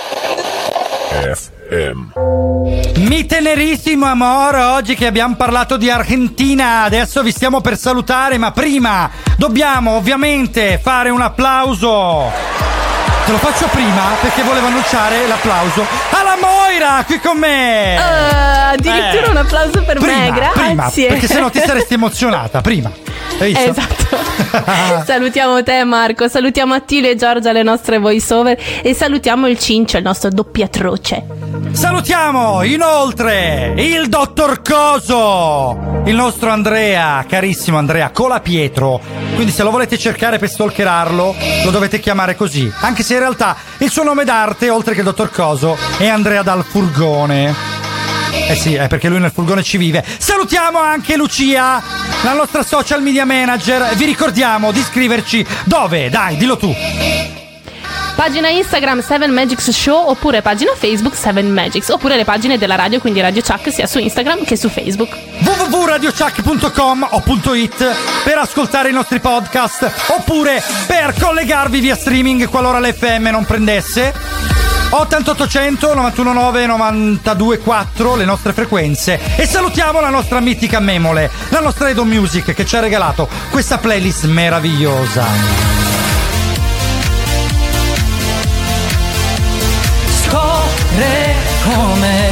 F M. Mi tenerissimo amor, oggi che abbiamo parlato di Argentina, adesso vi stiamo per salutare, ma prima dobbiamo ovviamente fare un applauso. Te lo faccio prima perché volevo annunciare l'applauso alla Moira qui con me. Uh, addirittura Eh. un applauso per Prima, me, grazie. prima, perché sennò ti saresti emozionata, prima. Hai visto? Esatto. Salutiamo te Marco, salutiamo Attilio e Giorgia, le nostre voice over, e salutiamo il Cincio, il nostro doppiatroce. Salutiamo inoltre il dottor Coso, il nostro Andrea, carissimo Andrea Colapietro. Quindi se lo volete cercare per stalkerarlo, lo dovete chiamare così. Anche se in realtà il suo nome d'arte, oltre che il dottor Coso, è Andrea dal Furgone. Eh sì, è perché lui nel furgone ci vive. Salutiamo anche Lucia, la nostra social media manager. Vi ricordiamo di iscriverci dove? Dai, dillo tu. Pagina Instagram seven Magics Show, oppure pagina Facebook seven Magics, oppure le pagine della radio, quindi Radio Chuck, sia su Instagram che su Facebook. w w w punto radio chuck punto com o .it per ascoltare i nostri podcast, oppure per collegarvi via streaming qualora l'F M non prendesse. ottantotto cento novantuno nove novantadue quattro le nostre frequenze. E salutiamo la nostra mitica Memole, la nostra Edo Music, che ci ha regalato questa playlist meravigliosa. Scorre come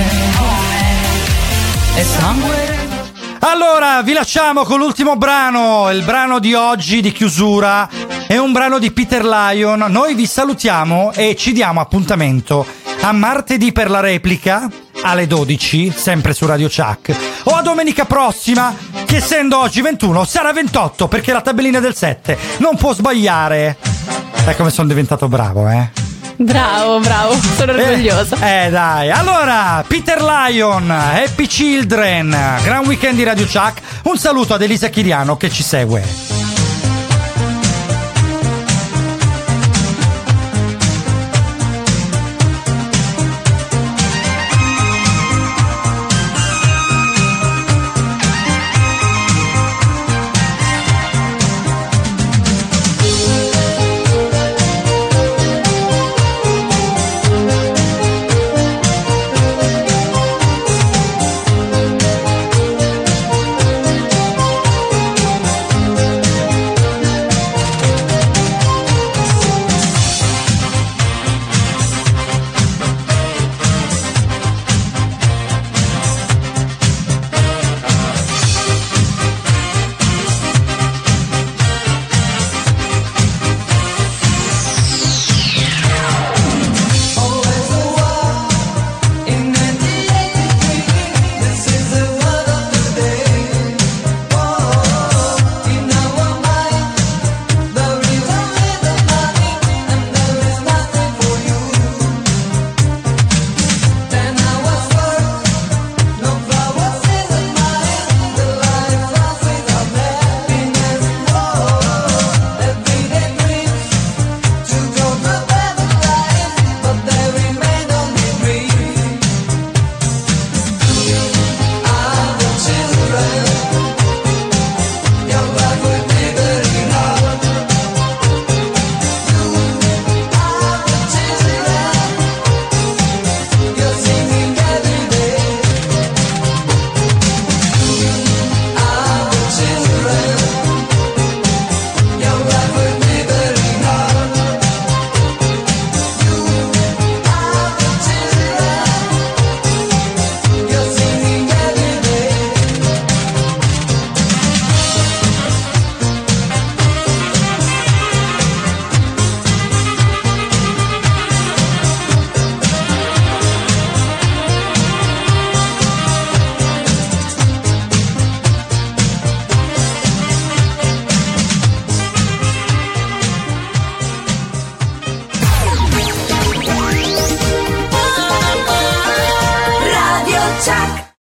e sangue. Allora, vi lasciamo con l'ultimo brano, il brano di oggi di chiusura, è un brano di Peter Lion. Noi vi salutiamo e ci diamo appuntamento a martedì per la replica alle dodici, sempre su Radio Chuck, o a domenica prossima, che essendo oggi ventuno sarà ventotto, perché la tabellina del sette non può sbagliare. È come sono diventato bravo, eh? Bravo, bravo, sono orgogliosa. Eh, eh dai, allora Peter Lion, Happy Children, gran weekend di Radio Chuck. Un saluto ad Elisa Chiriano che ci segue. Chuck.